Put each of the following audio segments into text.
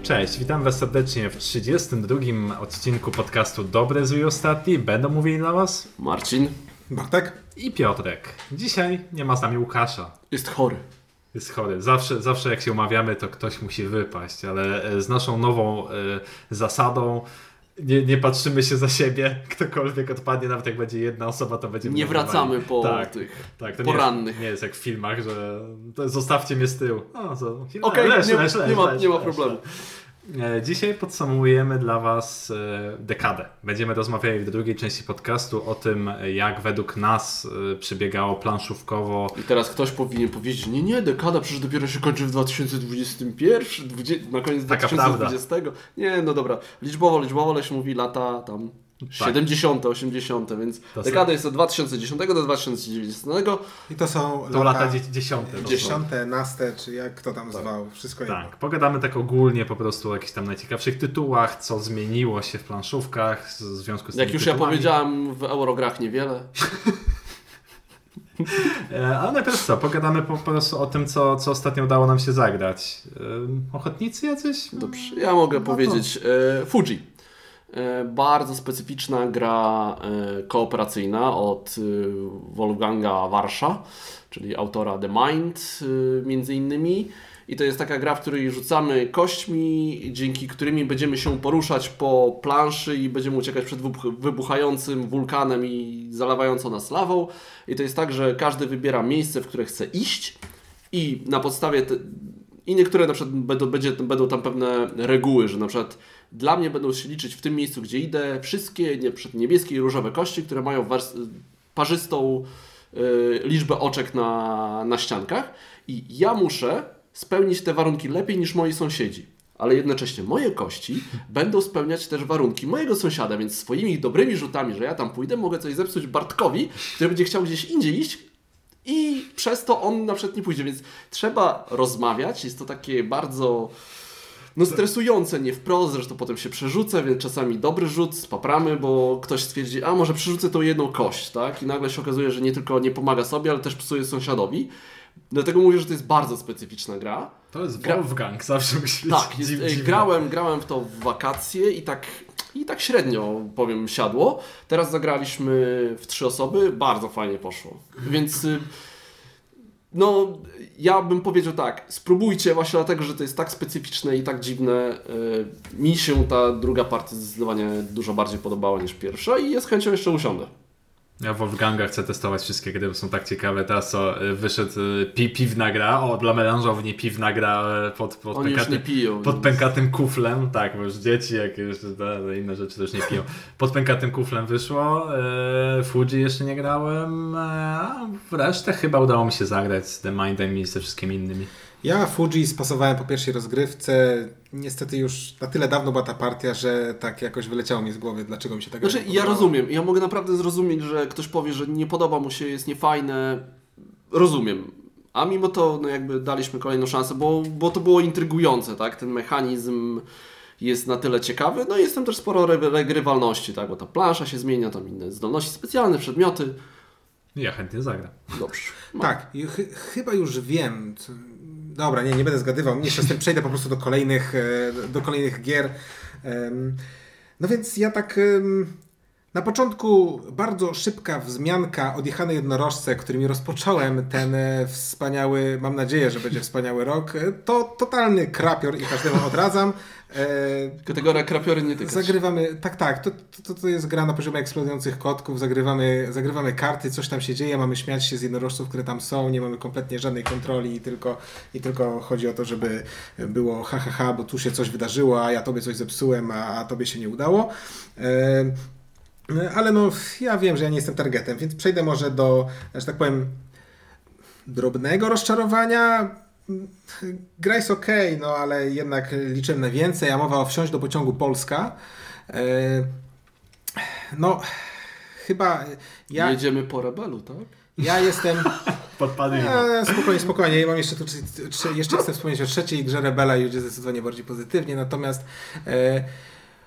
Cześć, witam Was serdecznie w 32. odcinku podcastu Dobre Zły Ostatni. Będą mówili dla Was Marcin, Bartek i Piotrek. Dzisiaj nie ma z nami Łukasza. Jest chory. Jest chory. Zawsze jak się umawiamy, to ktoś musi wypaść, ale z naszą nową zasadą nie patrzymy się za siebie. Ktokolwiek odpadnie, nawet jak będzie jedna osoba, to będzie... Nie wracamy po tych to porannych. Nie jest jak w filmach, że zostawcie mnie z tyłu. Okej, nie ma problemu. Dzisiaj podsumujemy dla Was dekadę. Będziemy rozmawiali w drugiej części podcastu o tym, jak według nas przebiegało planszówkowo. I teraz ktoś powinien powiedzieć, nie, dekada przecież dopiero się kończy w 2021, na koniec Taka 2020. Prawda. Nie, no dobra, liczbowo, ale się mówi lata tam 70, 80, więc dekada jest od 2010 do 2020. I to są lata 10. Dziesiąte, naste, czy jak kto tam zwał, wszystko jedno. Tak, pogadamy tak ogólnie po prostu o jakichś tam najciekawszych tytułach, co zmieniło się w planszówkach w związku z tymi Jak już tytułami. ja powiedziałem, w Eurograch niewiele. Ale najpierw pogadamy po prostu o tym, co ostatnio udało nam się zagrać. Ochotnicy jacyś? Dobrze, ja mogę powiedzieć Fuji. Bardzo specyficzna gra kooperacyjna od Wolfganga Warsza, czyli autora The Mind między innymi. I to jest taka gra, w której rzucamy kośćmi, dzięki którymi będziemy się poruszać po planszy i będziemy uciekać przed wybuchającym wulkanem i zalewającą nas lawą. I to jest tak, że każdy wybiera miejsce, w które chce iść i na podstawie... I niektóre na przykład będą tam pewne reguły, że na przykład dla mnie będą się liczyć w tym miejscu, gdzie idę, wszystkie niebieskie i różowe kości, które mają parzystą liczbę oczek na ściankach i ja muszę spełnić te warunki lepiej niż moi sąsiedzi. Ale jednocześnie moje kości będą spełniać też warunki mojego sąsiada, więc swoimi dobrymi rzutami, że ja tam pójdę, mogę coś zepsuć Bartkowi, który będzie chciał gdzieś indziej iść, i przez to on na przykład nie pójdzie, więc trzeba rozmawiać. Jest to takie bardzo stresujące, nie wprost, zresztą potem się przerzucę, więc czasami dobry rzut spapramy, bo ktoś stwierdzi, a może przerzucę tą jedną kość, tak? I nagle się okazuje, że nie tylko nie pomaga sobie, ale też psuje sąsiadowi. Dlatego mówię, że to jest bardzo specyficzna gra. To jest Wolfgang, zawsze musi być. Tak, grałem w to w wakacje i tak średnio, powiem, siadło. Teraz zagraliśmy w 3 osoby, bardzo fajnie poszło. Więc ja bym powiedział tak, spróbujcie właśnie dlatego, że to jest tak specyficzne i tak dziwne. Mi się ta druga partia zdecydowanie dużo bardziej podobała niż pierwsza i z chęcią jeszcze usiądę. Ja w Wolfganga chcę testować wszystkie gry, bo są tak ciekawe. Teraz wyszedł piwna gra, dla melanżowni piwna gra pod pękatym kuflem. Tak, bo już dzieci, jakieś inne rzeczy też nie piją. Pod pękatym kuflem wyszło. Fuji jeszcze nie grałem. A w resztę chyba udało mi się zagrać z The Mindem i ze wszystkimi innymi. Ja Fuji spasowałem po pierwszej rozgrywce. Niestety już na tyle dawno była ta partia, że tak jakoś wyleciało mi z głowy, dlaczego mi się tak nie podobało. Ja rozumiem. Ja mogę naprawdę zrozumieć, że ktoś powie, że nie podoba mu się, jest niefajne. Rozumiem. A mimo to jakby daliśmy kolejną szansę, bo to było intrygujące, tak? Ten mechanizm jest na tyle ciekawy. No i jest tam też sporo regrywalności, tak? Bo ta plansza się zmienia, tam inne zdolności specjalne, przedmioty. Ja chętnie zagram. Dobrze. Tak, chyba już wiem. Dobra, nie będę zgadywał. Mniejsza z tym, przejdę po prostu do kolejnych gier. No więc ja tak na początku bardzo szybka wzmianka odjechane jednorożce, którymi rozpocząłem ten wspaniały, mam nadzieję, że będzie wspaniały rok. To totalny krapior i każdemu odradzam. Kategoria krapiory nie tykać. Zagrywamy, tak, to jest gra na poziomie eksplodujących kotków, zagrywamy karty, coś tam się dzieje, mamy śmiać się z jednorożców, które tam są, nie mamy kompletnie żadnej kontroli i tylko chodzi o to, żeby było bo tu się coś wydarzyło, a ja tobie coś zepsułem, a tobie się nie udało. Ale ja wiem, że ja nie jestem targetem, więc przejdę może do, że tak powiem, drobnego rozczarowania. Gra jest okej, ale jednak liczyłem na więcej, a mowa o Wsiąść do pociągu Polska. Chyba ja... Jedziemy po Rebelu, tak? Ja jestem... Podpadli. Spokojnie. Ja mam jeszcze jeszcze chcę wspomnieć o trzeciej grze Rebela i już zdecydowanie bardziej pozytywnie, natomiast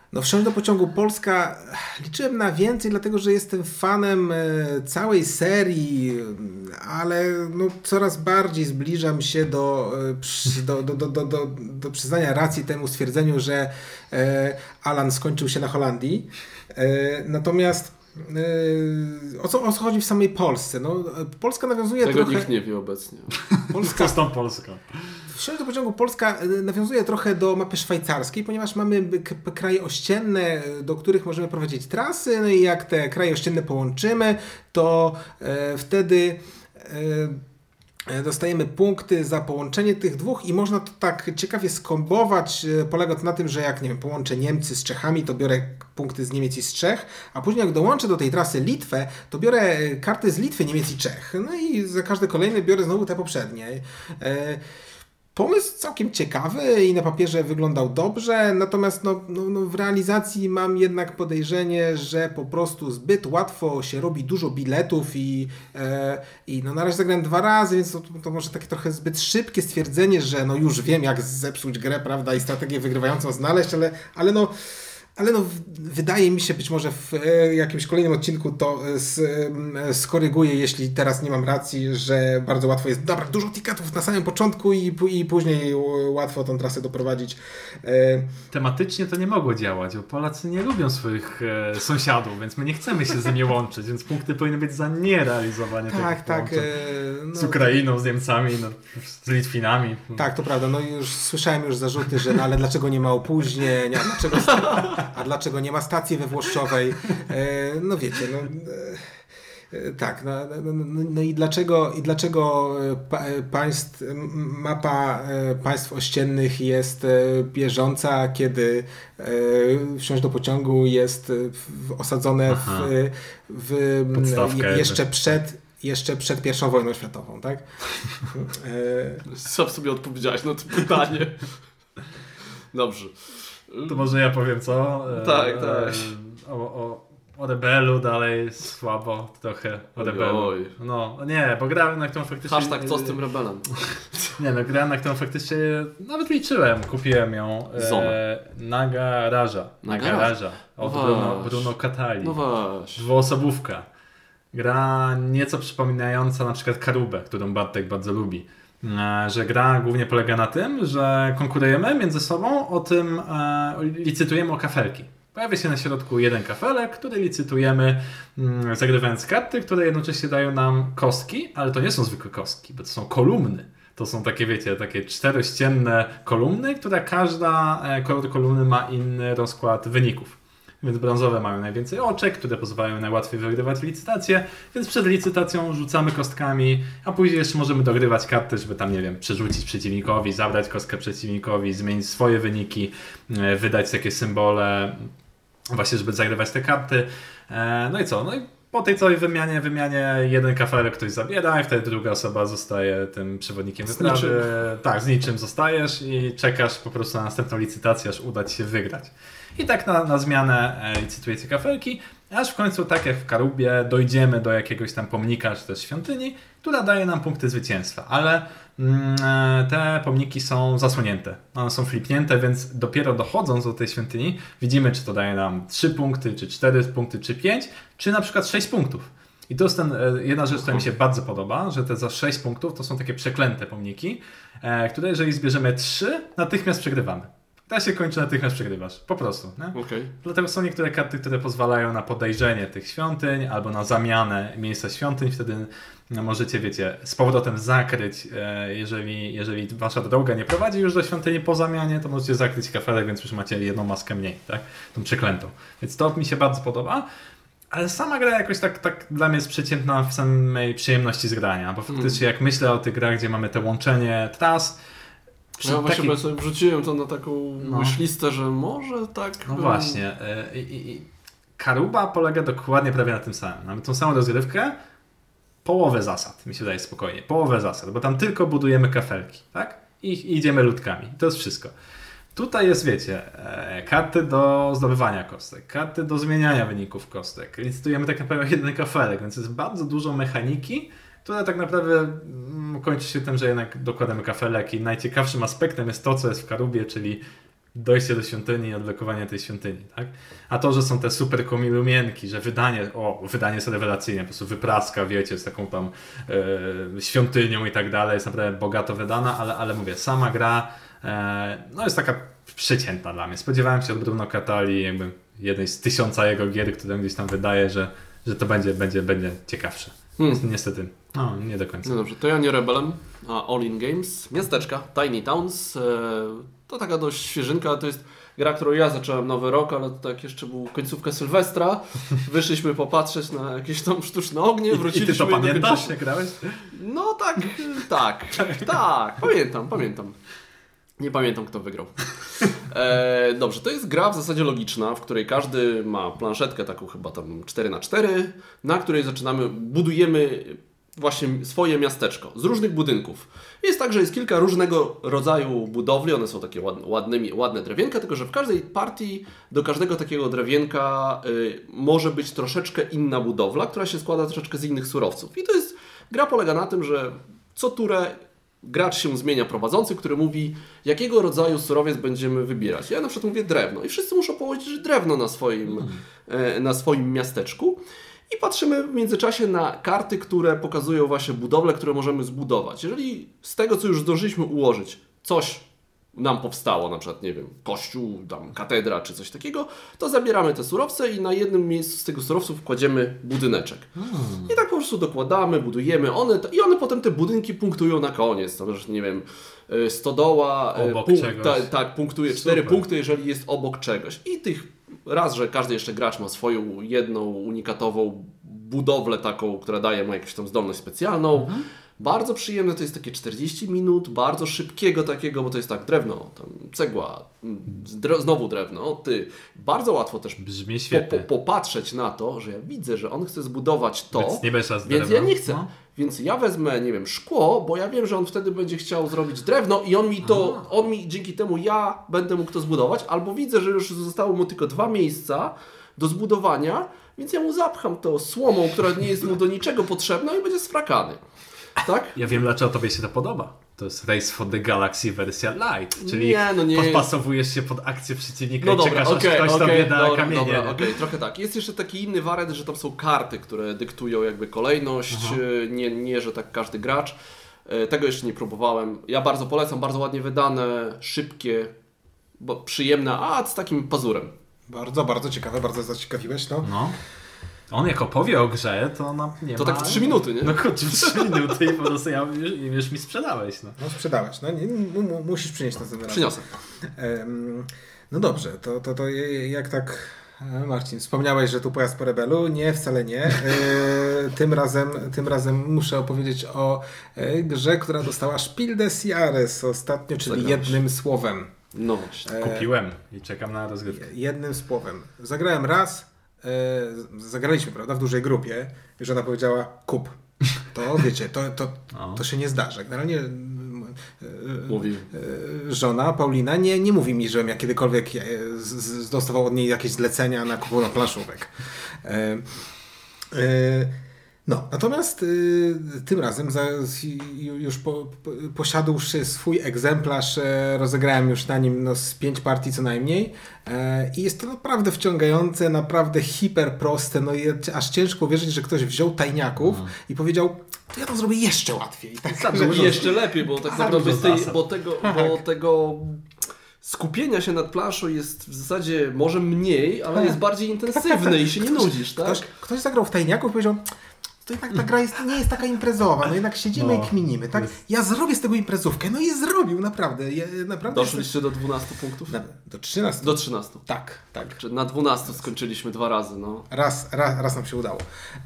No wsiąść do pociągu Polska liczyłem na więcej, dlatego że jestem fanem całej serii, ale no coraz bardziej zbliżam się do przyznania racji temu stwierdzeniu, że Alan skończył się na Holandii. Natomiast o co chodzi w samej Polsce? No, Polska nawiązuje Tego trochę... nikt nie wie obecnie. Co z tą Polską? Wsiąść do pociągu Polska nawiązuje trochę do mapy szwajcarskiej, ponieważ mamy kraje ościenne, do których możemy prowadzić trasy, no i jak te kraje ościenne połączymy, to wtedy dostajemy punkty za połączenie tych dwóch i można to tak ciekawie skombować. Polega to na tym, że jak nie wiem, połączę Niemcy z Czechami, to biorę punkty z Niemiec i z Czech, a później jak dołączę do tej trasy Litwę, to biorę karty z Litwy, Niemiec i Czech. No i za każde kolejne biorę znowu te poprzednie. Pomysł całkiem ciekawy i na papierze wyglądał dobrze, natomiast w realizacji mam jednak podejrzenie, że po prostu zbyt łatwo się robi dużo biletów i na razie zagrałem 2 razy, więc to może takie trochę zbyt szybkie stwierdzenie, że no już wiem jak zepsuć grę, prawda, i strategię wygrywającą znaleźć, ale wydaje mi się, być może w jakimś kolejnym odcinku to skoryguję, jeśli teraz nie mam racji, że bardzo łatwo jest dobra, dużo ticketów na samym początku i później łatwo tą trasę doprowadzić. Tematycznie to nie mogło działać, bo Polacy nie lubią swoich sąsiadów, więc my nie chcemy się z nimi łączyć, więc punkty powinny być za nierealizowanie tak, z Ukrainą, z Niemcami, z Litwinami. Tak, to prawda. No już słyszałem zarzuty, że ale dlaczego nie ma opóźnień, a dlaczego nie ma stacji we Włoszczowej? No wiecie, tak, no i dlaczego mapa państw ościennych jest bieżąca, kiedy wsiąść do pociągu jest osadzone jeszcze przed I wojną światową, tak? Sam sobie odpowiedziałeś na to pytanie. Dobrze. To może ja powiem co? Tak. O Rebelu dalej słabo trochę o Rebelu. No nie, bo grałem na którą faktycznie... Hashtag co z tym Rebelem? Nie, no grałem na którą faktycznie nawet liczyłem, kupiłem ją. Nagaraża od Bruno Catali. No właśnie. 2-osobówka. Gra nieco przypominająca na przykład Karubę, którą Bartek bardzo lubi. Że gra głównie polega na tym, że konkurujemy między sobą licytujemy o kafelki. Pojawia się na środku jeden kafelek, który licytujemy, zagrywając karty, które jednocześnie dają nam kostki, ale to nie są zwykłe kostki, bo to są kolumny. To są takie, wiecie, takie 4ścienne kolumny, które każda kolor kolumny ma inny rozkład wyników. Więc brązowe mają najwięcej oczek, które pozwalają najłatwiej wygrywać licytację, więc przed licytacją rzucamy kostkami, a później jeszcze możemy dogrywać karty, żeby tam, nie wiem, przerzucić przeciwnikowi, zabrać kostkę przeciwnikowi, zmienić swoje wyniki, wydać takie symbole, właśnie żeby zagrywać te karty. No i co? No i po tej całej wymianie jeden kafelek ktoś zabiera i wtedy druga osoba zostaje tym przewodnikiem wyprawy. Tak, z niczym zostajesz i czekasz po prostu na następną licytację, aż uda ci się wygrać. I tak na zmianę licytujecie kafelki, aż w końcu, tak jak w Karubie, dojdziemy do jakiegoś tam pomnika czy też świątyni, która daje nam punkty zwycięstwa, ale te pomniki są zasłonięte, one są flipnięte, więc dopiero dochodząc do tej świątyni widzimy, czy to daje nam 3 punkty, czy 4 punkty, czy 5, czy na przykład 6 punktów. I to jest jedna rzecz, która mi się bardzo podoba, że te za 6 punktów to są takie przeklęte pomniki, które jeżeli zbierzemy 3, natychmiast przegrywamy. Ta się kończy, natychmiast przegrywasz. Po prostu. Nie? Okay. Dlatego są niektóre karty, które pozwalają na podejrzenie tych świątyń albo na zamianę miejsca świątyń. Wtedy możecie, wiecie, z powrotem zakryć, jeżeli wasza droga nie prowadzi już do świątyni po zamianie, to możecie zakryć kafelek, więc już macie jedną maskę mniej, tak? Tą przeklętą. Więc to mi się bardzo podoba. Ale sama gra jakoś tak dla mnie jest przeciętna w samej przyjemności z grania, bo faktycznie jak myślę o tych grach, gdzie mamy te łączenie tras, ja właśnie sobie wrzuciłem to na taką myślistę, że może tak... No właśnie. Karuba polega dokładnie prawie na tym samym. Mamy tą samą rozgrywkę, połowę zasad, mi się wydaje spokojnie. Połowę zasad, bo tam tylko budujemy kafelki, tak? I idziemy ludkami. To jest wszystko. Tutaj jest, wiecie, karty do zdobywania kostek, karty do zmieniania wyników kostek. Licytujemy tak naprawdę jeden kafelek, więc jest bardzo dużo mechaniki, która tak naprawdę kończy się tym, że jednak dokładamy kafelek i najciekawszym aspektem jest to, co jest w Karubie, czyli dojście do świątyni i odblokowanie tej świątyni, tak? A to, że są te super komilumienki, że wydanie jest rewelacyjne, po prostu wypraska, wiecie, z taką tam świątynią i tak dalej, jest naprawdę bogato wydana, ale mówię, sama gra jest taka przeciętna dla mnie. Spodziewałem się od Bruno Catali jakby jednej z 1000 jego gier, które gdzieś tam wydaje, że to będzie ciekawsze. Niestety, nie do końca. No dobrze, to ja nie Rebelem, a All In Games. Miasteczka, Tiny Towns. To taka dość świeżynka, to jest gra, którą ja zacząłem nowy rok, ale to tak jeszcze był końcówka Sylwestra. Wyszliśmy popatrzeć na jakieś tam sztuczne ognie, wróciliśmy. I ty to pamiętasz, jak grałeś? No tak, pamiętam. Nie pamiętam, kto wygrał. Dobrze, to jest gra w zasadzie logiczna, w której każdy ma planszetkę taką chyba tam 4x4, na której budujemy właśnie swoje miasteczko z różnych budynków. Jest tak, że jest kilka różnego rodzaju budowli, one są takie ładne drewienka, tylko że w każdej partii do każdego takiego drewienka może być troszeczkę inna budowla, która się składa troszeczkę z innych surowców. I to jest, gra polega na tym, że co turę gracz się zmienia prowadzący, który mówi, jakiego rodzaju surowiec będziemy wybierać. Ja na przykład mówię drewno i wszyscy muszą położyć drewno na swoim miasteczku. I patrzymy w międzyczasie na karty, które pokazują właśnie budowle, które możemy zbudować. Jeżeli z tego, co już zdążyliśmy ułożyć, coś nam powstało, na przykład, nie wiem, kościół, tam katedra czy coś takiego, to zabieramy te surowce i na jednym miejscu z tego surowców kładziemy budyneczek. I tak po prostu dokładamy, budujemy i one potem te budynki punktują na koniec. To też, nie wiem, stodoła punktuje 4 punkty, jeżeli jest obok czegoś. I tych raz, że każdy jeszcze gracz ma swoją jedną unikatową budowlę taką, która daje mu jakąś tam zdolność specjalną. Bardzo przyjemne, to jest takie 40 minut, bardzo szybkiego takiego, bo to jest tak drewno, tam cegła, znowu drewno, bardzo łatwo też popatrzeć na to, że ja widzę, że on chce zbudować to, więc ja nie chcę. No. Więc ja wezmę, nie wiem, szkło, bo ja wiem, że on wtedy będzie chciał zrobić drewno i on mi dzięki temu ja będę mógł to zbudować, albo widzę, że już zostało mu tylko 2 miejsca do zbudowania, więc ja mu zapcham to słomą, która nie jest mu do niczego potrzebna i będzie sfrakany. Tak? Ja wiem, dlaczego tobie się to podoba. To jest Race for the Galaxy wersja light, czyli podpasowujesz się pod akcję przeciwnika i czekasz, aż ktoś tobie da kamienie. Trochę tak. Jest jeszcze taki inny wariant, że tam są karty, które dyktują jakby kolejność, nie, że tak każdy gracz. Tego jeszcze nie próbowałem. Ja bardzo polecam, bardzo ładnie wydane, szybkie, przyjemne, z takim pazurem. Bardzo, bardzo ciekawe, bardzo zaciekawiłeś, no. On jak opowie o grze, to nie to ma... tak w 3 minuty, nie? No kurczę, w 3 minuty i po prostu już mi sprzedałeś. No sprzedałeś, musisz przynieść następny raz. Przyniosę. No dobrze, to jak tak... Marcin, wspomniałeś, że tu pojazd po Rebelu. Nie, wcale nie. Tym razem muszę opowiedzieć o grze, która dostała Spiel des Jahres ostatnio, czyli jednym słowem. No właśnie. Kupiłem i czekam na rozgrywkę. Jednym słowem. Zagrałem raz, zagraliśmy, prawda, w dużej grupie. Żona powiedziała, kup. To wiecie, to się nie zdarza. Generalnie żona, Paulina, nie mówi mi, żebym ja kiedykolwiek dostawał od niej jakieś zlecenia na kupowę planszówek. Natomiast tym razem już posiadłszy swój egzemplarz, rozegrałem już na nim z 5 partii co najmniej i jest to naprawdę wciągające, naprawdę hiper proste, aż ciężko uwierzyć, że ktoś wziął tajniaków i powiedział, to ja to zrobię jeszcze łatwiej. Jeszcze lepiej, bo tak naprawdę tego skupienia się nad planszą jest w zasadzie może mniej, ale jest bardziej intensywne i się nie nudzisz, tak? Ktoś zagrał w tajniaków i powiedział, to jednak ta gra nie jest taka imprezowa, jednak siedzimy i kminimy, tak? Ja zrobię z tego imprezówkę, i zrobił, naprawdę. Doszliście do 12 punktów? Do 13. Do 13. Tak. Czyli na 12 skończyliśmy 2 razy, Raz nam się udało.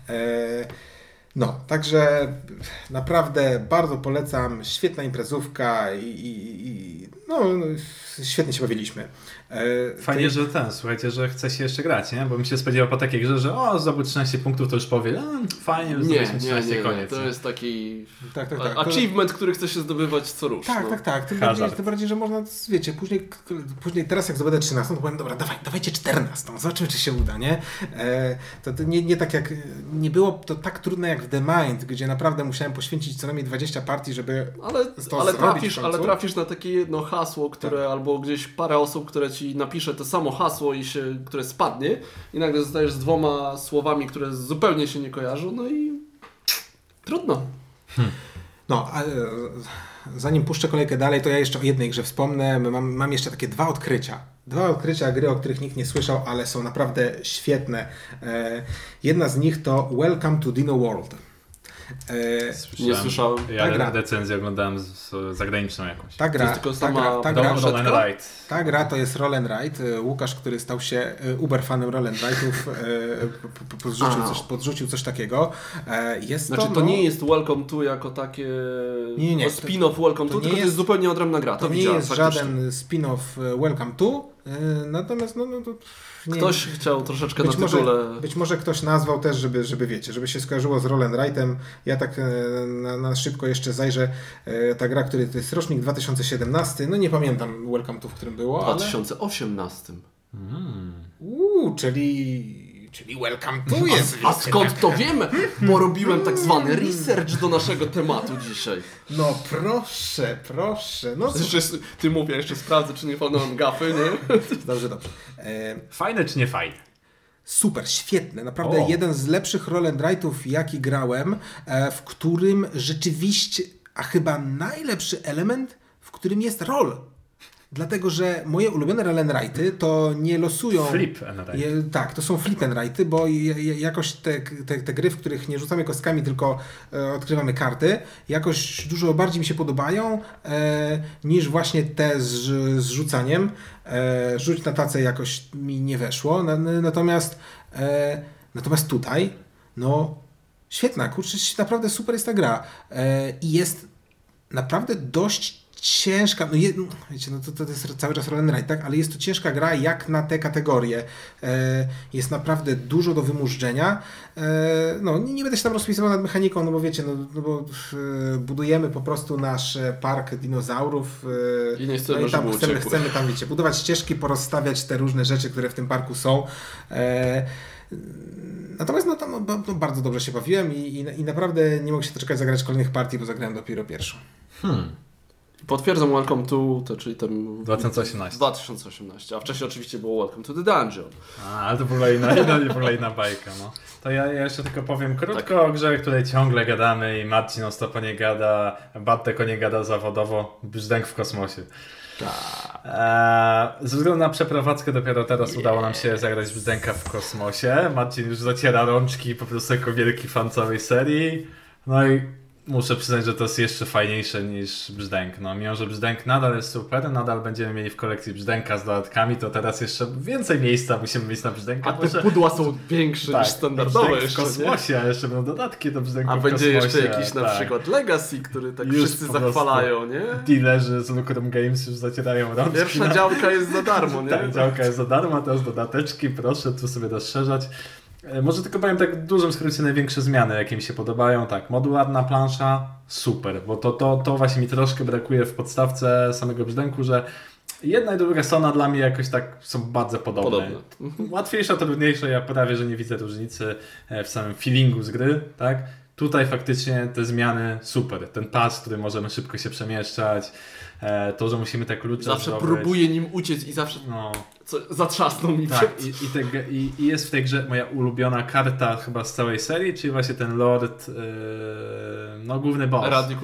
Także naprawdę bardzo polecam, świetna imprezówka i świetnie się bawiliśmy. Fajnie, że słuchajcie, że chce się jeszcze grać, nie? Bo mi się spodziewał po takiej grze, że zdobył 13 punktów, to już powie, fajnie, że zdobyliśmy 13, koniec. To jest taki achievement, który chce się zdobywać co rusz. Tak. Tym bardziej, że można, wiecie, później teraz jak zdobędę 13, to powiem, dobra, dawajcie 14, zobaczymy, czy się uda, nie? To nie tak jak, nie było to tak trudne jak w The Mind, gdzie naprawdę musiałem poświęcić co najmniej 20 partii, żeby ale trafisz na takie hasło, które albo gdzieś parę osób, które ci napisze to samo hasło które spadnie i nagle zostajesz z 2 słowami, które zupełnie się nie kojarzą, no i trudno. No, a zanim puszczę kolejkę dalej, to ja jeszcze o jednej grze wspomnę. Mam jeszcze takie 2 odkrycia. 2 odkrycia gry, o których nikt nie słyszał, ale są naprawdę świetne. Jedna z nich to Welcome to Dino World. Nie słyszałem. Ja recenzję oglądałem zagraniczną jakąś. Ta gra to jest Roll and Ride. Łukasz, który stał się uber-fanem Roll and Ride'ów, podrzucił coś takiego. To nie jest Welcome to jako takie spin-off Welcome to, tylko to jest zupełnie odrębna gra. To nie jest żaden spin-off Welcome to, natomiast ktoś chciał troszeczkę na tytule... Być może ktoś nazwał też, żeby wiecie, żeby się skojarzyło z Roll and Ride'em. Ja tak na szybko jeszcze zajrzę. Ta gra, to jest rocznik 2017. No nie pamiętam Welcome to, w którym było. 2018. Czyli Welcome to jest. A skąd to wiemy? Bo robiłem tak zwany research do naszego tematu dzisiaj. No proszę. No, ty mówię, jeszcze sprawdzę, czy nie walnąłem gafy, nie? Dobrze. Fajne czy nie fajne? Super, świetne. Naprawdę jeden z lepszych Roll and Ride'ów, jaki grałem, w którym rzeczywiście, a chyba najlepszy element, w którym jest roll. Dlatego, że moje ulubione Roll and Ride'y to nie losują... Flip and Ride. Tak, to są Flip and Ride'y, bo jakoś te gry, w których nie rzucamy kostkami, tylko odkrywamy karty, jakoś dużo bardziej mi się podobają niż właśnie te z rzucaniem. Rzuć na tacę jakoś mi nie weszło, natomiast tutaj, świetna, kurczę, naprawdę super jest ta gra. I jest naprawdę dość ciężka, wiecie, to jest cały czas Roll and Ride, tak? Ale jest to ciężka gra jak na te kategorie. Jest naprawdę dużo do wymuszczenia. Nie będę się tam rozpisywał nad mechaniką, bo wiecie, bo budujemy po prostu nasz park dinozaurów. I nie chcemy, i tam chcemy tam, wiecie, budować ścieżki, porozstawiać te różne rzeczy, które w tym parku są. Natomiast bardzo dobrze się bawiłem i naprawdę nie mogę się doczekać zagrać kolejnych partii, bo zagrałem dopiero pierwszą. Potwierdzam Welcome to, czyli ten 2018, a wcześniej oczywiście było Welcome to the Dungeon. Ale to była inna bajka. No. To ja jeszcze tylko powiem krótko o grze, o której ciągle gadamy i Marcin non-stop o nie gada, Bartek o nie gada zawodowo, Brzdęk w kosmosie. Ze względu na przeprowadzkę dopiero teraz udało nam się zagrać Brzdęka w kosmosie. Marcin już zaciera rączki po prostu jako wielki fan całej serii. No i muszę przyznać, że to jest jeszcze fajniejsze niż Brzdęk. Mimo że Brzdęk nadal jest super, nadal będziemy mieli w kolekcji Brzdęka z dodatkami, to teraz jeszcze więcej miejsca musimy mieć na Brzdęka. A te pudła są większe niż standardowe jeszcze, w kosmosie, a jeszcze będą dodatki do Brzdęka w kosmosie. A będzie jeszcze jakiś na przykład Legacy, który tak już wszyscy zachwalają, nie? Dealerzy z Lucrum Games już zacierają rączki. Pierwsza działka jest za darmo, nie? Tak, działka jest za darmo, a teraz dodateczki, proszę tu sobie rozszerzać. Może tylko powiem tak w dużym skrócie największe zmiany, jakie mi się podobają. Tak, modularna plansza, super, bo to właśnie mi troszkę brakuje w podstawce samego Brzdęku, że jedna i druga strona dla mnie jakoś tak są bardzo podobne. Łatwiejsza, trudniejsza, ja prawie, że nie widzę różnicy w samym feelingu z gry, tak? Tutaj faktycznie te zmiany super. Ten pas, który możemy szybko się przemieszczać, to, że musimy te klucze zawsze próbuję nim uciec i zawsze zatrzasnął mi. Tak, i jest w tej grze moja ulubiona karta chyba z całej serii, czyli właśnie ten Lord, główny boss.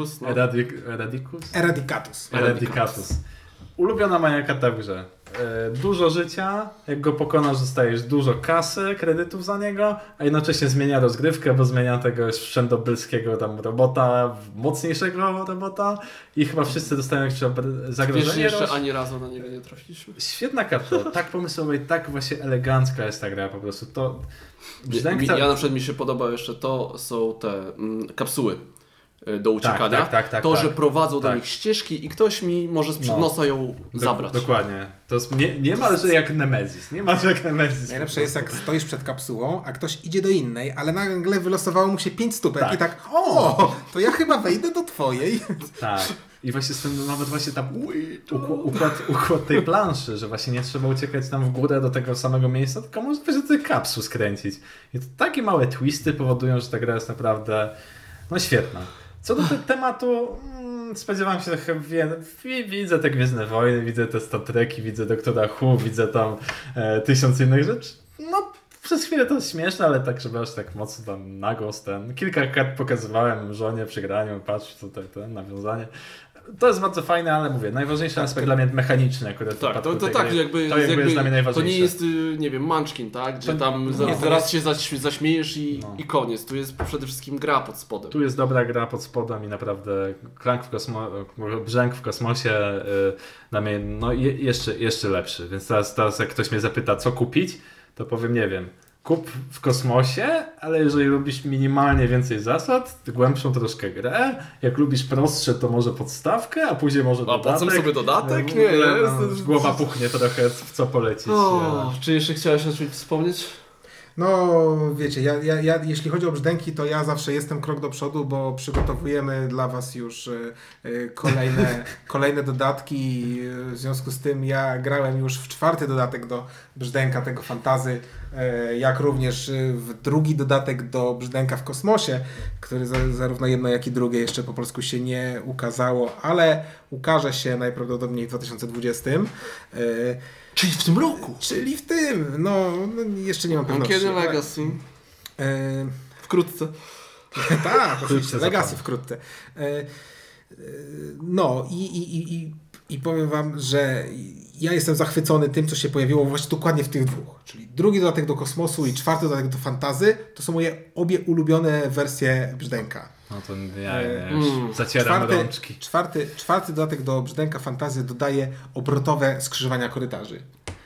Eradicatus. Ulubiona moja karta w grze. Dużo życia, jak go pokonasz, dostajesz dużo kasy, kredytów za niego, a jednocześnie zmienia rozgrywkę, bo zmienia tego wszędobylskiego tam robota, mocniejszego robota i chyba wszyscy dostają jeszcze zagrożenie. Wiesz, jeszcze ani razu na niego nie trafiliśmy. Świetna karta, tak pomysłowa i tak właśnie elegancka jest ta gra po prostu. Ja na przykład mi się podoba jeszcze są te kapsuły do uciekania. Że prowadzą do nich ścieżki i ktoś mi może sprzed nosa ją zabrać. Dokładnie. To jest niemalże jak Nemesis. Najlepsze jest, jak stoisz przed kapsułą, a ktoś idzie do innej, ale nagle wylosowało mu się 5 stupek i tak, to ja chyba wejdę do twojej. Tak. I właśnie nawet właśnie tam układ tej planszy, że właśnie nie trzeba uciekać tam w górę do tego samego miejsca, tylko można się do tych kapsuł skręcić. I to takie małe twisty powodują, że ta gra jest naprawdę świetna. Co do tego tematu, spodziewałem się, że widzę te Gwiezdne Wojny, widzę te Star Treki, widzę Doktora Who, widzę tam 1000 innych rzeczy. No, przez chwilę to jest śmieszne, ale tak, żeby aż tak mocno tam na głos kilka kart pokazywałem żonie przy graniu, patrz tutaj to nawiązanie. To jest bardzo fajne, ale mówię, najważniejszy aspekt dla mnie mechaniczny akurat. Tak, to jakby jest dla mnie najważniejsze. To nie jest, nie wiem, Munchkin, tak? Gdzie tam zaraz się zaśmiejesz i koniec. Tu jest przede wszystkim gra pod spodem. Tu jest dobra gra pod spodem i naprawdę brzęk w kosmosie dla mnie jeszcze lepszy. Więc teraz jak ktoś mnie zapyta, co kupić, to powiem, nie wiem. Kup w kosmosie, ale jeżeli lubisz minimalnie więcej zasad, głębszą troszkę grę, jak lubisz prostsze, to może podstawkę, a później może dodatek. A po co sobie dodatek? Głowa puchnie trochę, w co polecić. Czy jeszcze chciałeś o czymś wspomnieć? No, wiecie, ja jeśli chodzi o brzdęki, to ja zawsze jestem krok do przodu, bo przygotowujemy dla Was już kolejne dodatki. W związku z tym ja grałem już w 4. dodatek do brzdęka tego fantazy, jak również w 2. dodatek do brzdęka w kosmosie, który zarówno jedno, jak i drugie jeszcze po polsku się nie ukazało, ale ukaże się najprawdopodobniej w 2020. Czyli w tym roku? Czyli w tym, no jeszcze nie mam pewności. Kiedy Legacy? Wkrótce. Tak, oczywiście, Legacy wkrótce. No i powiem Wam, że ja jestem zachwycony tym, co się pojawiło właśnie dokładnie w tych 2. Czyli 2. dodatek do kosmosu i 4. dodatek do fantazy to są moje obie ulubione wersje brzdęka. No to ja już zacieram rączki. 4. dodatek do brzdęka fantazy dodaje obrotowe skrzyżowania korytarzy.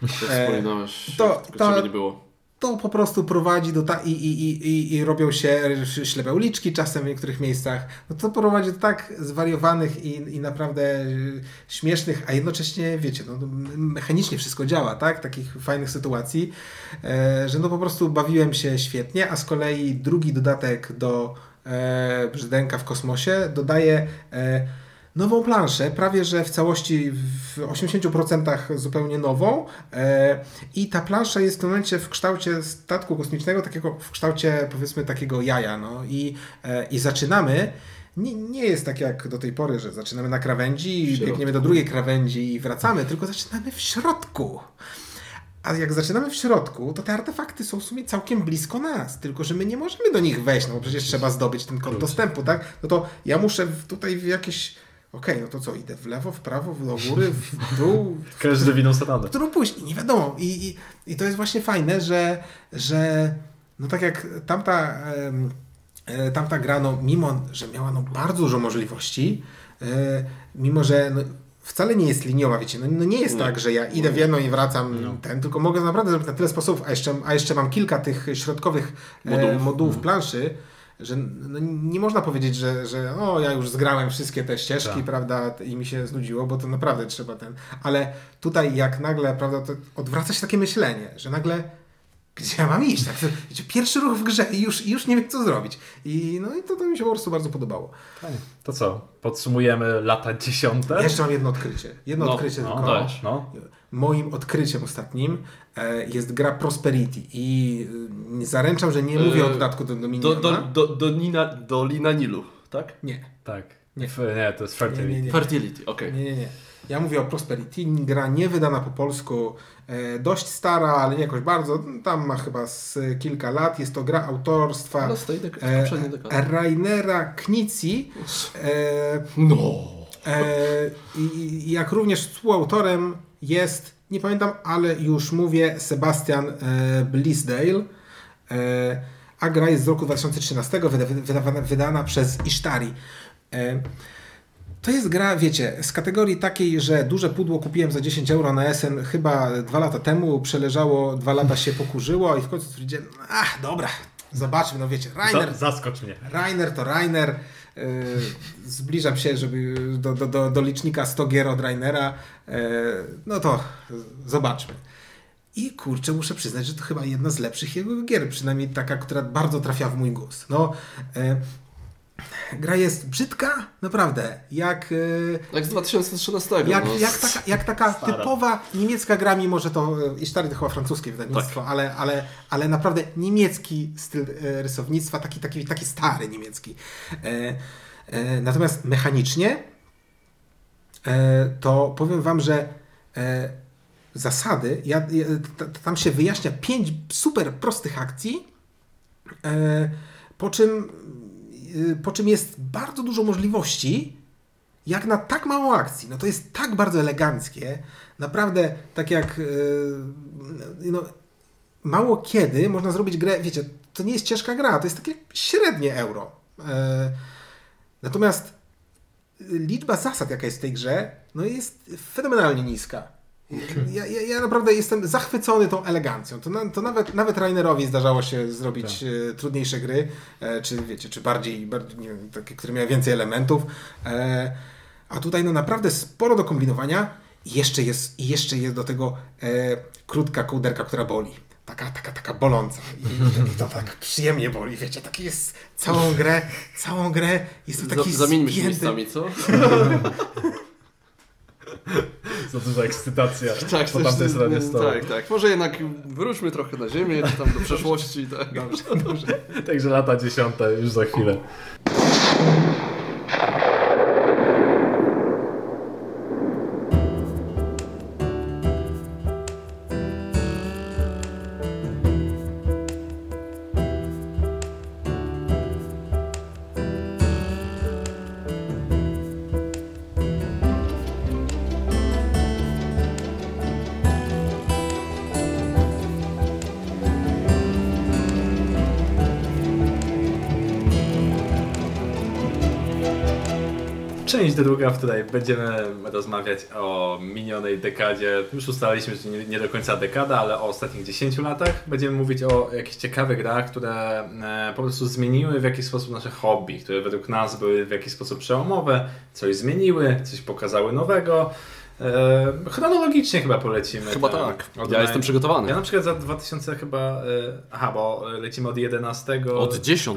To nie było. To po prostu prowadzi do i robią się ślepe uliczki czasem w niektórych miejscach. No to prowadzi do tak zwariowanych i naprawdę śmiesznych, a jednocześnie, wiecie, no, mechanicznie wszystko działa, tak? Takich fajnych sytuacji, że no po prostu bawiłem się świetnie, a z kolei 2. dodatek do brzdęka w kosmosie dodaje nową planszę, prawie że w całości w 80% zupełnie nową i ta plansza jest w tym momencie w kształcie statku kosmicznego, takiego w kształcie powiedzmy takiego jaja, no i zaczynamy. Nie jest tak jak do tej pory, że zaczynamy na krawędzi i biegniemy do drugiej krawędzi i wracamy, tylko zaczynamy w środku. A jak zaczynamy w środku, to te artefakty są w sumie całkiem blisko nas, tylko że my nie możemy do nich wejść, no bo przecież trzeba zdobyć ten kod dostępu, tak? No to ja muszę tutaj w jakieś... Okej, no to co, idę w lewo, w prawo, do góry, w dół... Każdy w inną stronę. W którą pójść i nie wiadomo. I to jest właśnie fajne, że no tak jak tamta gra, no mimo, że miała no bardzo dużo możliwości, mimo, że no, wcale nie jest liniowa, wiecie, no nie jest tak, że ja idę w jedną i wracam tylko mogę naprawdę zrobić na tyle sposobów, a jeszcze mam kilka tych środkowych modułów planszy, że no, nie można powiedzieć, że ja już zgrałem wszystkie te ścieżki, prawda, i mi się znudziło, bo to naprawdę trzeba ale tutaj jak nagle, prawda, to odwraca się takie myślenie, że nagle gdzie ja mam iść? Tak? Wiecie, pierwszy ruch w grze i już nie wiem, co zrobić. I to mi się po prostu bardzo podobało. Fajnie. To co? Podsumujemy lata 10. Ja jeszcze mam jedno odkrycie. Odkrycie tylko. Moim odkryciem ostatnim jest gra Prosperity i zaręczam, że nie mówię o dodatku do Miniona. Dolina Nilu, tak? Nie. Tak. Nie, to jest Fertility. Nie. Fertility, okej. Nie. Ja mówię o Prosperity, gra nie wydana po polsku, dość stara, ale nie jakoś bardzo, tam ma chyba z kilka lat. Jest to gra autorstwa Rainera Knizzi. I jak również współautorem jest, nie pamiętam, ale już mówię, Sebastian Blisdale. A gra jest z roku 2013, wydana przez Ishtari. To jest gra, wiecie, z kategorii takiej, że duże pudło kupiłem za 10 euro na SN chyba 2 lata temu, przeleżało 2 lata, się pokurzyło i w końcu stwierdziłem, dobra, zobaczmy, no wiecie, Rainer... Zaskocz mnie. Rainer to Rainer. Zbliżam się, żeby do licznika 100 gier od Rainera. No to zobaczmy. I kurczę, muszę przyznać, że to chyba jedna z lepszych jego gier, przynajmniej taka, która bardzo trafia w mój gust. Gra jest brzydka, naprawdę, jak z 2013. Jak taka typowa niemiecka gra, mimo że to Ishtari to chyba francuskie wydawnictwo, tak. ale naprawdę niemiecki styl rysownictwa, taki stary niemiecki. Natomiast mechanicznie to powiem wam, że zasady, tam się wyjaśnia 5 super prostych akcji, po czym jest bardzo dużo możliwości, jak na tak mało akcji. No to jest tak bardzo eleganckie, naprawdę tak jak mało kiedy można zrobić grę, wiecie, to nie jest ciężka gra, to jest takie średnie euro. Natomiast liczba zasad, jaka jest w tej grze, no jest fenomenalnie niska. Ja naprawdę jestem zachwycony tą elegancją. To nawet Rainerowi zdarzało się zrobić trudniejsze gry, czy bardziej nie wiem, takie, które miały więcej elementów. A tutaj no naprawdę sporo do kombinowania i jeszcze jest do tego krótka kołderka, która boli. Taka boląca. I to tak przyjemnie boli, wiecie, taki jest całą grę jest to taki Zamieńmy się miejscami, co? Za duża ekscytacja po tamtej stronie stołu. Tak. Może jednak wróćmy trochę na ziemię, czy tam do przeszłości. Tak. Dobrze. Także lata 10 już za chwilę. Część druga, w której będziemy rozmawiać o minionej dekadzie. Już ustaliliśmy, że nie do końca dekada, ale o ostatnich 10 latach. Będziemy mówić o jakichś ciekawych grach, które po prostu zmieniły w jakiś sposób nasze hobby, które według nas były w jakiś sposób przełomowe, coś zmieniły, coś pokazały nowego. Chronologicznie chyba polecimy. Chyba tak. Ja jestem przygotowany. Ja na przykład za 2000 chyba... bo lecimy od 11. Od 10.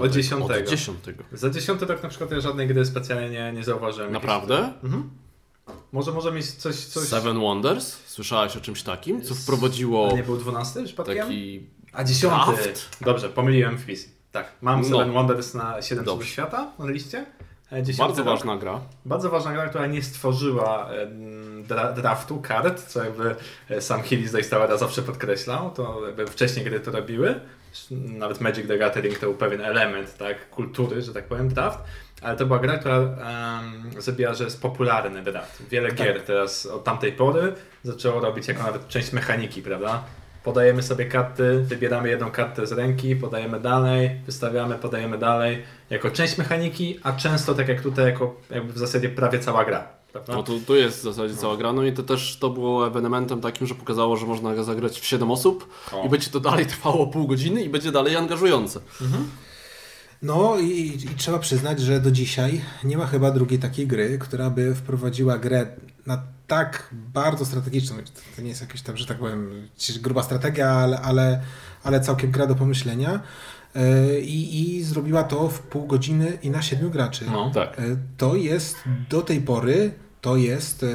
Za 10 rok na przykład ja żadnej gry specjalnie nie zauważyłem. Naprawdę? Mhm. Może mieć coś... Seven Wonders? Słyszałeś o czymś takim? Co wprowadziło... A nie był 12 przypadkiem? Taki... A 10. Dobrze, pomyliłem wpis. Tak, mam Seven Wonders na 7 cudów świata na liście. Bardzo ważna gra. Bardzo ważna gra, która nie stworzyła draftu kart, co jakby sam Hillis Daystowera zawsze podkreślał. To jakby wcześniej gry to robiły. Nawet Magic the Gathering to był pewien element, tak, kultury, że tak powiem, draft. Ale to była gra, która zrobiła, że jest popularny draft. Wiele gier teraz od tamtej pory zaczęło robić jako nawet część mechaniki, prawda? Podajemy sobie karty, wybieramy jedną kartę z ręki, podajemy dalej, wystawiamy, podajemy dalej, jako część mechaniki, a często tak jak tutaj, jako jakby w zasadzie prawie cała gra. Prawda? No tu jest w zasadzie cała gra, no i to też to było ewenementem takim, że pokazało, że można go zagrać w 7 osób i będzie to dalej trwało pół godziny i będzie dalej angażujące. Mhm. No i trzeba przyznać, że do dzisiaj nie ma chyba drugiej takiej gry, która by wprowadziła grę na tak bardzo strategiczną. To nie jest jakaś tam, że tak powiem, gruba strategia, ale całkiem gra do pomyślenia. I zrobiła to w pół godziny i na 7 graczy. No, tak. To jest do tej pory, to jest...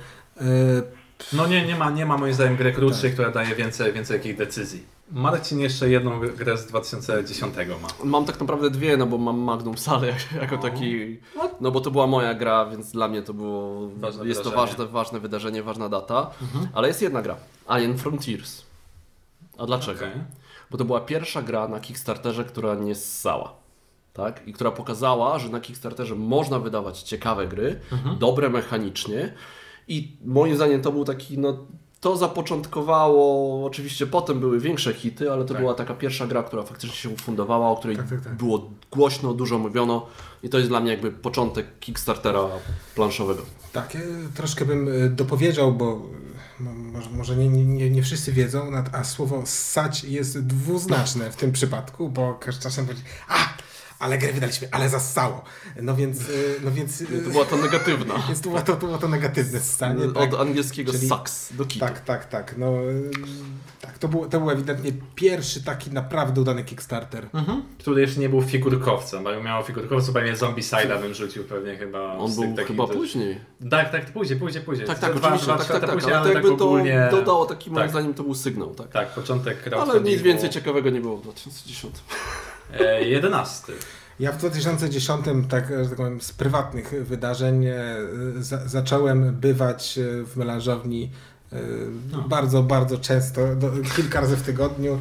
No nie ma moim zdaniem gry krótszej, która daje więcej jakichś decyzji. Marcin jeszcze jedną grę z 2010 ma. Mam tak naprawdę dwie, no bo mam Magnum Salę jako taki... No bo to była moja gra, więc dla mnie to było... Jest to ważne wydarzenie, ważna data. Ale jest jedna gra. Alien Frontiers. A dlaczego? Okay. Bo to była pierwsza gra na Kickstarterze, która nie ssała. Tak? I która pokazała, że na Kickstarterze można wydawać ciekawe gry, dobre mechanicznie. I moim zdaniem to był taki... To zapoczątkowało, oczywiście potem były większe hity, ale to była taka pierwsza gra, która faktycznie się ufundowała, o której było głośno, dużo mówiono i to jest dla mnie jakby początek Kickstartera planszowego. Tak, troszkę bym dopowiedział, bo może nie wszyscy wiedzą, a słowo ssać jest dwuznaczne w tym przypadku, bo czasem powiedzieć, ale grę wydaliśmy, ale zassało. No więc to była to negatywna. Więc to było to negatywne ssanie. Od angielskiego sucks do kitu. Tak. No, tak, to był ewidentnie pierwszy taki naprawdę udany Kickstarter. Który jeszcze nie był figurkowcem, bo miał figurkowcem, pewnie Zombicide'a bym rzucił pewnie chyba. On był chyba później. Tak, później. Tak, oczywiście, później, ale to jakby to ogólnie... dodało taki, moim zdaniem to był sygnał. Tak, początek crowdfundingu. Ale nic więcej ciekawego nie było w 2010. 11. Ja w 2010, tak, że tak powiem, z prywatnych wydarzeń zacząłem bywać w melanżowni bardzo, bardzo często, kilka razy w tygodniu.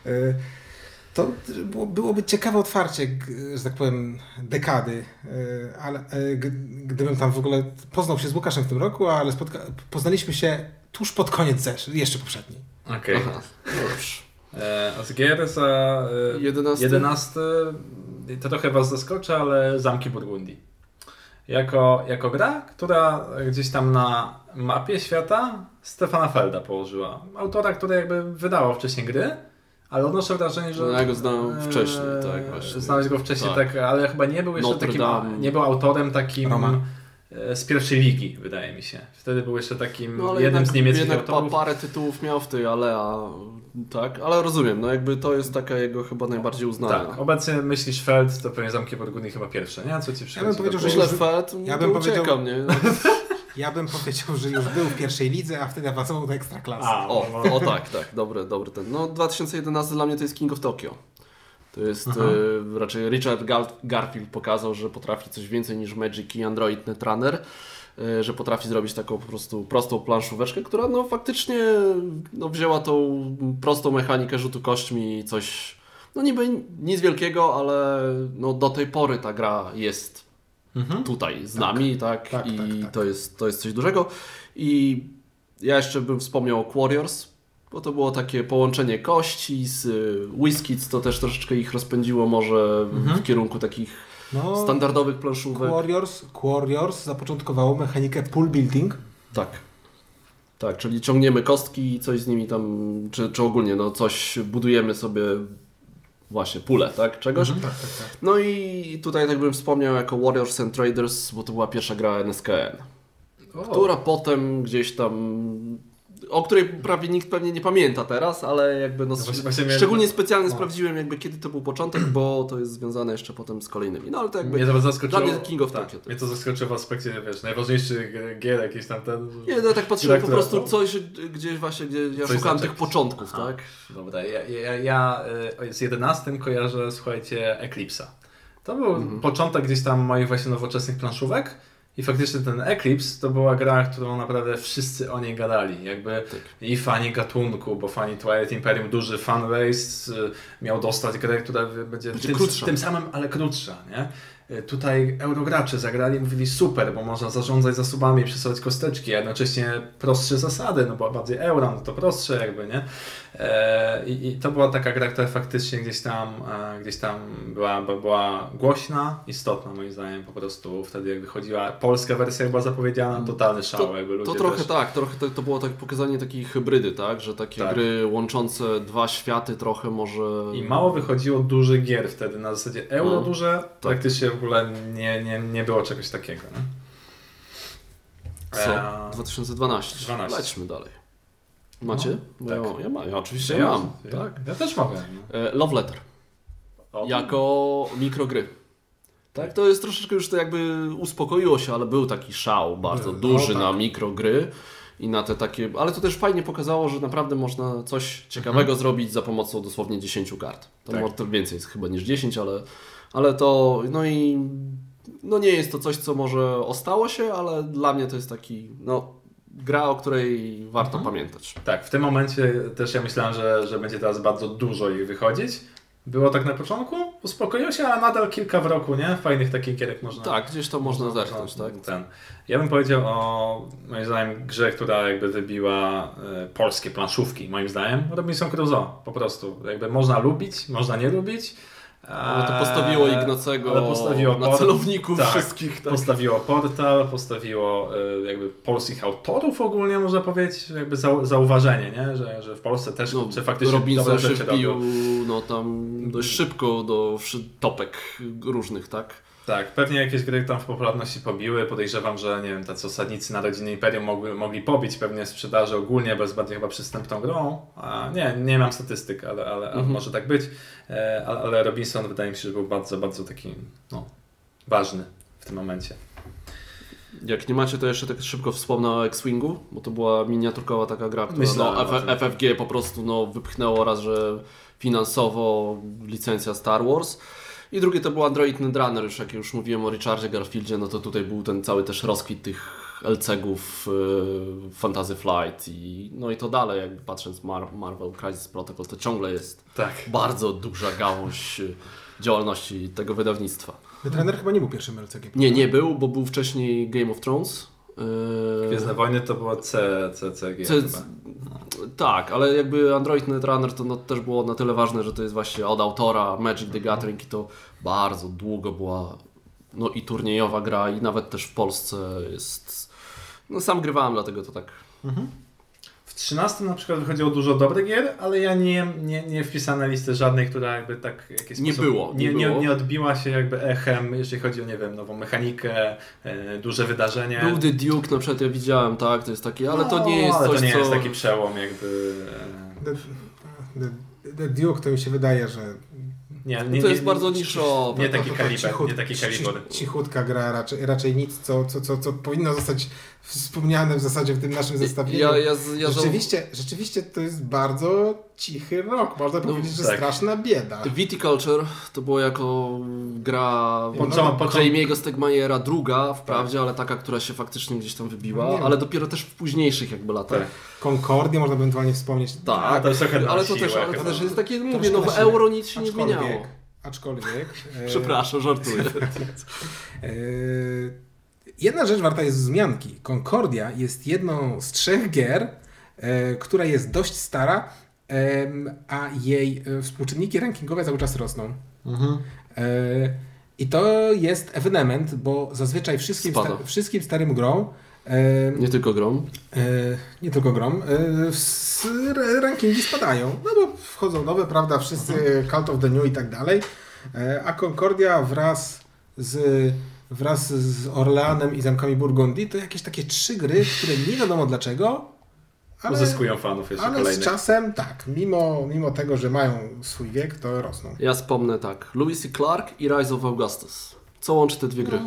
To byłoby ciekawe otwarcie, że tak powiem, dekady, ale gdybym tam w ogóle poznał się z Łukaszem w tym roku, ale poznaliśmy się tuż pod koniec jeszcze poprzedniej. Okej. A z gier za 11 to trochę was zaskoczy, ale Zamki Burgundii. Jako gra, która gdzieś tam na mapie świata Stefana Felda położyła. Autora, który jakby wydawał wcześniej gry, ale odnoszę wrażenie, że... No, ja go znałem wcześniej, tak właśnie. Znałeś go wcześniej, tak, ale chyba nie był jeszcze nie był autorem takim z pierwszej ligi, wydaje mi się. Wtedy był jeszcze takim jednym z niemieckich autorów. Parę tytułów miał w tej Alea, tak, ale rozumiem, no jakby to jest taka jego chyba najbardziej uznana. Tak, obecnie myślisz Feld, to pewnie Zamki Burgundii chyba pierwsze, nie? Co ci przychodzi? Ja bym powiedział, że myślę Feld, nie? Ja bym powiedział, że już był w pierwszej lidze, a wtedy awansował do Ekstraklasy. Tak, dobry ten. No 2011 dla mnie to jest King of Tokyo. To jest raczej Richard Garfield pokazał, że potrafi coś więcej niż Magic i Android Netrunner, że potrafi zrobić taką po prostu prostą planszóweczkę, która no faktycznie wzięła tą prostą mechanikę rzutu kośćmi i coś, no niby nic wielkiego, ale no do tej pory ta gra jest tutaj z nami, tak. To jest coś dużego. I ja jeszcze bym wspomniał o Warriors, bo to było takie połączenie kości z WizKids, to też troszeczkę ich rozpędziło może w kierunku takich standardowych planszówek. Warriors zapoczątkowało mechanikę pool building. Tak, czyli ciągniemy kostki i coś z nimi tam, czy ogólnie coś budujemy sobie właśnie pulę, tak? Czegoś. Tak. No i tutaj tak bym wspomniał jako Warriors and Traders, bo to była pierwsza gra NSKN, która potem gdzieś tam, o której prawie nikt pewnie nie pamięta teraz, ale jakby szczególnie specjalnie sprawdziłem jakby kiedy to był początek, bo to jest związane jeszcze potem z kolejnymi. No ale to jakby mnie to zaskoczyło, dla mnie King of Tokyo. Mnie to zaskoczyło w aspekcie, najważniejszych gier jakiś tam ten... Nie, no tak patrzyłem po prostu coś gdzieś właśnie, gdzie ja szukałem tych początków, tak? Dobra, ja z 11 kojarzę, słuchajcie, Eclipse'a. To był początek gdzieś tam moich właśnie nowoczesnych planszówek. I faktycznie ten Eclipse to była gra, którą naprawdę wszyscy o niej gadali. Jakby i fani gatunku, bo fani Twilight Imperium, duży fanbase miał dostać grę, która będzie tym samym, ale krótsza, nie? Tutaj eurogracze zagrali i mówili super, bo można zarządzać zasobami, przesuwać kosteczki, a jednocześnie prostsze zasady, no bo bardziej euro, no to prostsze jakby, nie? I to była taka gra, która faktycznie gdzieś tam była głośna, istotna moim zdaniem po prostu wtedy jak wychodziła. Polska wersja była zapowiedziana, totalny szał jakby ludzie. To trochę też... to było tak pokazanie takiej hybrydy, tak? Że takie gry łączące dwa światy trochę może... I mało wychodziło dużych gier wtedy, na zasadzie euro duże, praktycznie w ogóle nie było czegoś takiego. Nie? Co? 2012. Lećmy dalej. Macie? Ja oczywiście mam. Tak. Ja też mogę. Love Letter. Jako mikrogry. Tak, to jest troszeczkę już to jakby uspokoiło się, ale był taki szał bardzo duży na mikrogry i na te takie, ale to też fajnie pokazało, że naprawdę można coś ciekawego zrobić za pomocą dosłownie 10 kart. To więcej jest chyba niż 10, ale to, no nie jest to coś, co może ostało się, ale dla mnie to jest taki, gra, o której warto pamiętać. Tak, w tym momencie też ja myślałem, że będzie teraz bardzo dużo ich wychodzić. Było tak na początku, uspokoiło się, ale nadal kilka w roku, nie? Fajnych takich gierek można... Tak, gdzieś to można zerknąć, tak? Ja bym powiedział o, moim zdaniem, grze, która jakby wybiła polskie planszówki, moim zdaniem. Robinson Crusoe, po jakby można lubić, można nie lubić. Ale to postawiło Ignacego na celowników wszystkich. Tak. Postawiło portal, postawiło jakby polskich autorów ogólnie, można powiedzieć, jakby zauważenie, nie? Że w Polsce też czy faktycznie Robinson się wbił tam dość szybko do topek różnych, tak? Tak, pewnie jakieś gry tam w popularności pobiły. Podejrzewam, że nie wiem, tacy osadnicy Narodziny Imperium mogli pobić pewnie sprzedaży ogólnie, bo jest bardziej chyba przystępną grą. Nie mam statystyk, ale może tak być. Ale Robinson wydaje mi się, że był bardzo, bardzo taki ważny w tym momencie. Jak nie macie, to jeszcze tak szybko wspomnę o X-Wingu, bo to była miniaturkowa taka gra, która FFG po prostu wypchnęło raz, że finansowo licencja Star Wars. I drugi to był Android Netrunner, jak już mówiłem o Richardzie Garfieldzie, no to tutaj był ten cały też rozkwit tych LCG-ów, Fantasy Flight i to dalej, jakby patrząc Marvel Crisis Protocol, to ciągle jest bardzo duża gałąź działalności tego wydawnictwa. Netrunner chyba nie był pierwszym LCG. Nie był, bo był wcześniej Game of Thrones. Gwiezdne Wojny to było CCG. Tak, ale jakby Android Netrunner to też było na tyle ważne, że to jest właśnie od autora Magic the Gathering i to bardzo długo była i turniejowa gra i nawet też w Polsce jest... sam grywałem, dlatego to tak... W 13 na przykład wychodziło dużo dobrych gier, ale ja nie wpisałem na listę żadnej, która jakby tak w jakiś sposób nie odbiła się jakby echem, jeżeli chodzi o, nie wiem, nową mechanikę, duże wydarzenie. Był The Duke na przykład, ja widziałem, tak, to jest takie, ale to nie jest ale coś, to nie jest taki przełom jakby... The Duke to mi się wydaje, że... To jest bardzo niszowe. Nie taki kaliber. Cichutka gra, raczej nic, co powinno zostać wspomniane w zasadzie w tym naszym zestawieniu. Rzeczywiście to jest bardzo cichy rok. Można powiedzieć, że straszna bieda. Viticulture to było jako gra Jamie'ego Stegmajera, druga wprawdzie, ale taka, która się faktycznie gdzieś tam wybiła, ale dopiero też w późniejszych jakby latach. Concordia można ewentualnie wspomnieć. Tak, to jest trochę ale to też jest takie, mówię, w euro nic się nie zmieniało. Aczkolwiek... Przepraszam, żartuję. Jedna rzecz warta jest wzmianki. Concordia jest jedną z 3 gier, która jest dość stara, a jej współczynniki rankingowe cały czas rosną. I to jest ewenement, bo zazwyczaj wszystkim starym grom nie tylko grom. Rankingi spadają, bo wchodzą nowe, prawda, wszyscy Cult of the New i tak dalej, a Concordia wraz z Orleanem i Zamkami Burgundii to jakieś takie 3 gry, które nie wiadomo dlaczego, ale uzyskują fanów jeszcze ale kolejnych. Z czasem mimo tego, że mają swój wiek, to rosną. Ja wspomnę Lewis i Clark i Rise of Augustus. Co łączy te dwie gry?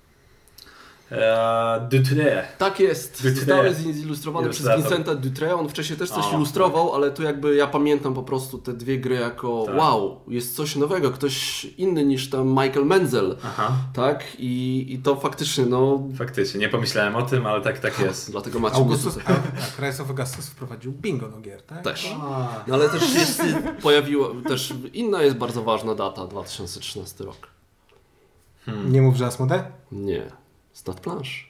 Dutré. Tak jest. Zostały zilustrowane przez Vincenta Dutré. On wcześniej też coś ilustrował, ale tu jakby ja pamiętam po prostu te dwie gry jako wow, jest coś nowego, ktoś inny niż tam Michael Menzel. Tak? I to faktycznie Faktycznie, nie pomyślałem o tym, ale tak jest. Dlatego macie Rise of Augustus wprowadził bingo do gier, tak? Też. Ale też też inna jest bardzo ważna data, 2013 rok. Nie mów, że Asmodee? Nie. Start plansz.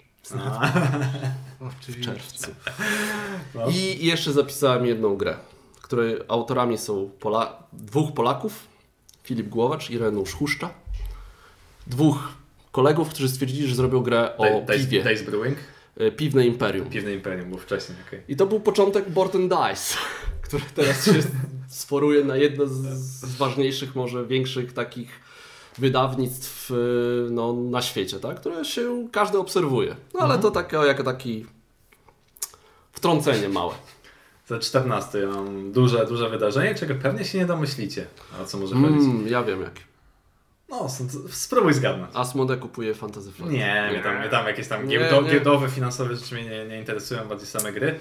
W czerwcu. I jeszcze zapisałem jedną grę, której autorami są 2 Polaków, Filip Głowacz i Renusz Huszcza. 2 kolegów, którzy stwierdzili, że zrobią grę o piwie. Days Brewing? Piwne Imperium. Piwne Imperium, było wcześniej, okej. I to był początek Board and Dice, które teraz się sforuje na jedno z ważniejszych, może większych takich wydawnictw na świecie, tak? Które się każdy obserwuje. Ale to jako taki wtrącenie małe. Za 14 ja mam duże wydarzenie, czego pewnie się nie domyślicie. A co może chodzić? Ja wiem jak. Spróbuj zgadnąć. Asmodee kupuje Fantasy Flight. Nie, mnie tam jakieś tam giełdowe, finansowe rzeczy mnie nie interesują, bardziej same gry.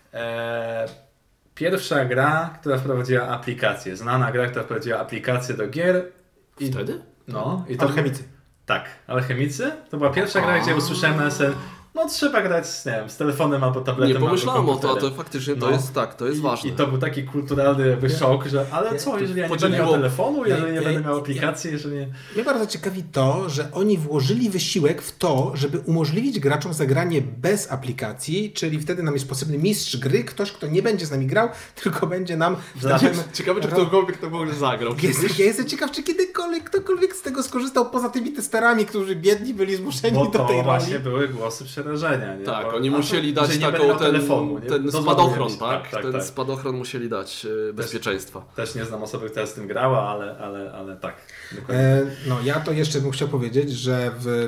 Pierwsza gra, która wprowadziła aplikację. Znana gra, która wprowadziła aplikację do gier. Wtedy? I to Alchemicy. Tak, Alchemicy. To była pierwsza gra, gdzie usłyszałem na SN, trzeba grać z telefonem albo tabletem. Nie pomyślałem o to, a to faktycznie to jest ważne. I to był taki kulturalny szok, że jeżeli ja nie będę miał telefonu, jeżeli nie będę miał aplikacji, jeżeli nie... Mnie bardzo ciekawi to, że oni włożyli wysiłek w to, żeby umożliwić graczom zagranie bez aplikacji, czyli wtedy nam jest potrzebny mistrz gry, ktoś, kto nie będzie z nami grał, tylko będzie nam... Ciekawe, czy ktokolwiek to w ogóle zagrał. Ja jestem ciekaw, czy kiedykolwiek ktokolwiek z tego skorzystał, poza tymi testerami, którzy biedni byli zmuszeni do tej roli. Właśnie były głosy przerażenia. Nie? Tak, oni musieli dać ten spadochron, tak? Ten spadochron musieli dać bezpieczeństwa. Też nie znam osoby, która z tym grała, ale tak. Ja to jeszcze bym chciał powiedzieć, że w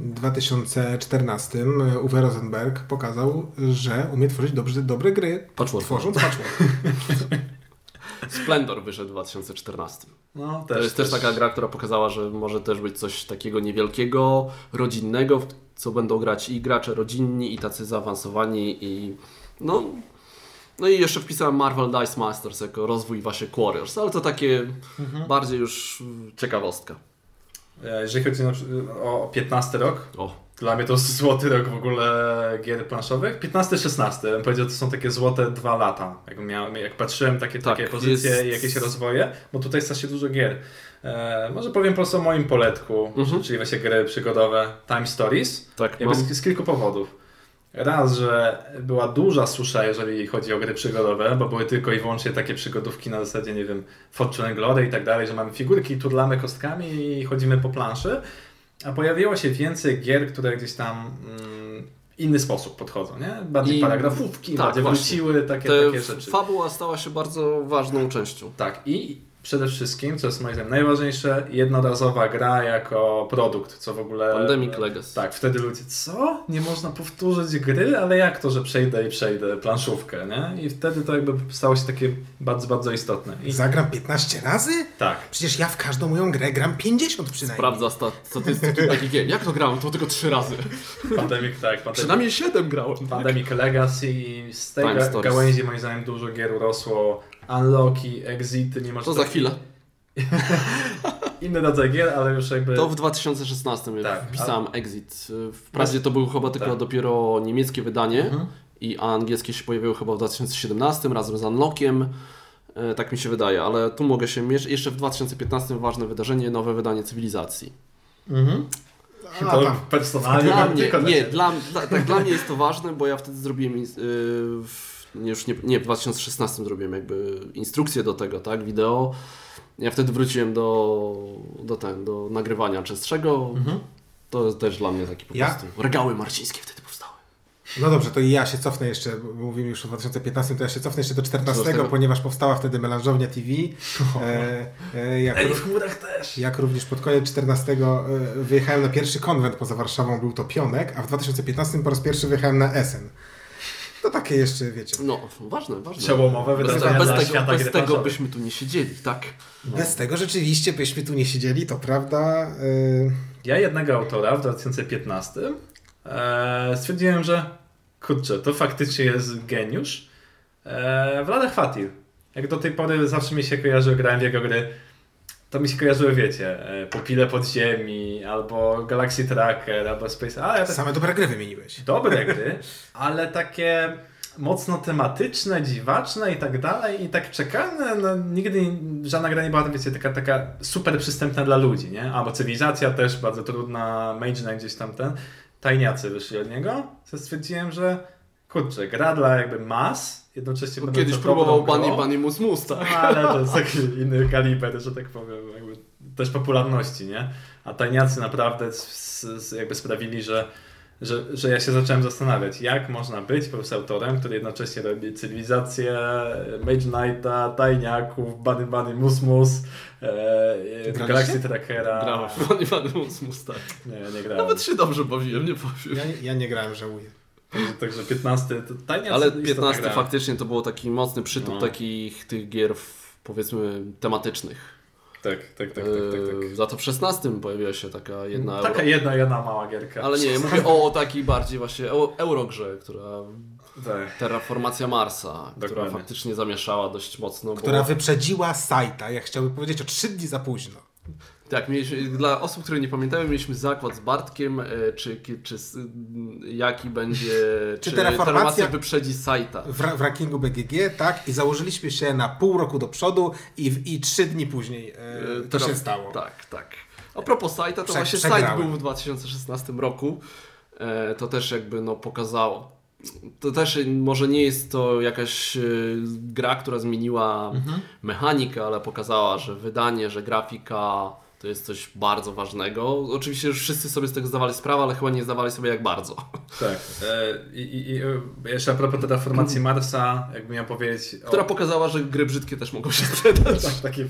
2014 Uwe Rosenberg pokazał, że umie tworzyć dobre gry, tworząc patchwork. Splendor wyszedł w 2014. To jest też taka gra, która pokazała, że może też być coś takiego niewielkiego, rodzinnego, w co będą grać i gracze rodzinni, i tacy zaawansowani. I jeszcze wpisałem Marvel Dice Masters jako rozwój właśnie Warriors, ale to takie bardziej już ciekawostka. Jeżeli chodzi o 15 rok, dla mnie to jest złoty rok w ogóle gier planszowych. 15-16, bym powiedział, to są takie złote 2 lata. Jak patrzyłem takie pozycje i jakieś rozwoje, bo tutaj jest strasznie dużo gier. Może powiem po prostu o moim poletku, czyli właśnie gry przygodowe Time Stories. Tak, z kilku powodów. Raz, że była duża susza, jeżeli chodzi o gry przygodowe, bo były tylko i wyłącznie takie przygodówki na zasadzie, nie wiem, Fortune and Glory i tak dalej, że mamy figurki, turlamy kostkami i chodzimy po planszy. A pojawiło się więcej gier, które gdzieś tam w inny sposób podchodzą, nie? Bardziej paragrafówki, bardziej wróciły, takie rzeczy. Fabuła stała się bardzo ważną częścią. Tak, i przede wszystkim, co jest moim zdaniem najważniejsze, jednorazowa gra jako produkt, co w ogóle... Pandemic Legacy. Tak, wtedy ludzie, co? Nie można powtórzyć gry? Ale jak to, że przejdę planszówkę, nie? I wtedy to jakby stało się takie bardzo, bardzo istotne. Zagram 15 razy? Tak. Przecież ja w każdą moją grę gram 50 przynajmniej. Sprawdza statystyki takich gier. Jak to grałem? To tylko 3 razy. Pandemic, tak. Przynajmniej 7 grałem. Pandemic Legacy i z tej gałęzi moim zdaniem dużo gier urosło. Unlocki, exity, nie masz... To za chwilę. Inny rodzaj gier, ale już jakby... To w 2016 wpisałem Exit. Wprawdzie to było chyba tylko dopiero niemieckie wydanie i angielskie się pojawiło chyba w 2017 razem z Unlockiem. Tak mi się wydaje, ale tu mogę się mieć. Jeszcze w 2015 ważne wydarzenie, nowe wydanie Cywilizacji. To personalnie... Dla mnie jest to ważne, bo ja wtedy zrobiłem... w 2016 zrobiłem jakby instrukcję do tego, tak, wideo. Ja wtedy wróciłem do nagrywania częstszego. To jest też dla mnie taki po prostu. Regały marcińskie wtedy powstały. No dobrze, to i ja się cofnę jeszcze, bo mówimy już o 2015, to ja się cofnę jeszcze do 14, ponieważ powstała wtedy Melanżownia TV. W chmurach też. Jak również pod koniec 14 wyjechałem na pierwszy konwent poza Warszawą, był to Pionek, a w 2015 po raz pierwszy wyjechałem na Essen. To takie jeszcze, wiecie. No, ważne. Przełomowe wydarzenia bez tego byśmy tu nie siedzieli, tak? No. Bez tego rzeczywiście byśmy tu nie siedzieli, to prawda. Ja jednego autora w 2015 stwierdziłem, że kurczę, to faktycznie jest geniusz. Wladek Fatil. Jak do tej pory zawsze mi się kojarzyło, grałem w jego gry, to mi się kojarzyły, wiecie, Pupile Podziemi, albo Galaxy Tracker, albo Space... Ale same dobre gry wymieniłeś. Dobre gry, ale takie mocno tematyczne, dziwaczne i tak dalej, i tak czekalne. No, nigdy żadna gra nie była, wiecie, taka super przystępna dla ludzi, nie? Albo Cywilizacja też bardzo trudna, Mage Knight gdzieś tam tajniacy wyszli od niego. To stwierdziłem, że kurczę, gra dla jakby mas, jednocześnie kiedyś próbował Bunny Mus Mus, tak? Ale to jest taki inny kaliber, że tak powiem, jakby też popularności, nie? A tajniacy naprawdę jakby sprawili, że ja się zacząłem zastanawiać, jak można być po prostu autorem, który jednocześnie robi Cywilizację, Mage Knighta, Tajniaków, Bunny Mus Mus, Galaxy Trackera. Grałem w Bunny Mus Mus, tak. Nie grałem. Nawet się dobrze bawiłem, nie powiem. Ja nie grałem, żałuję. Także 15 to Tajniacy. Ale 15 faktycznie to było taki mocny przytup takich tych gier powiedzmy tematycznych. Tak. Za to w 16 pojawiła się taka jedna... Taka jedna mała gierka. Ale nie, mówię o takiej bardziej właśnie Eurogrze, która... Terraformacja Marsa, która faktycznie zamieszała dość mocno. Która wyprzedziła Sajta, jak chciałbym powiedzieć, o 3 dni za późno. Tak, dla osób, które nie pamiętają, mieliśmy zakład z Bartkiem, czy jaki będzie, czy Terraformacja wyprzedzi Sajta. W rankingu BGG, tak, i założyliśmy się na pół roku do przodu i 3 dni później to się stało. Tak. A propos Sajta, to właśnie Sajt był w 2016 roku, to też jakby pokazało. To też może nie jest to jakaś gra, która zmieniła mechanikę, ale pokazała, że wydanie, że grafika to jest coś bardzo ważnego. Oczywiście już wszyscy sobie z tego zdawali sprawę, ale chyba nie zdawali sobie jak bardzo. Tak. I jeszcze a propos Terraformacji Marsa, jakbym miał powiedzieć... Która pokazała, że gry brzydkie też mogą się sprzedać. Taki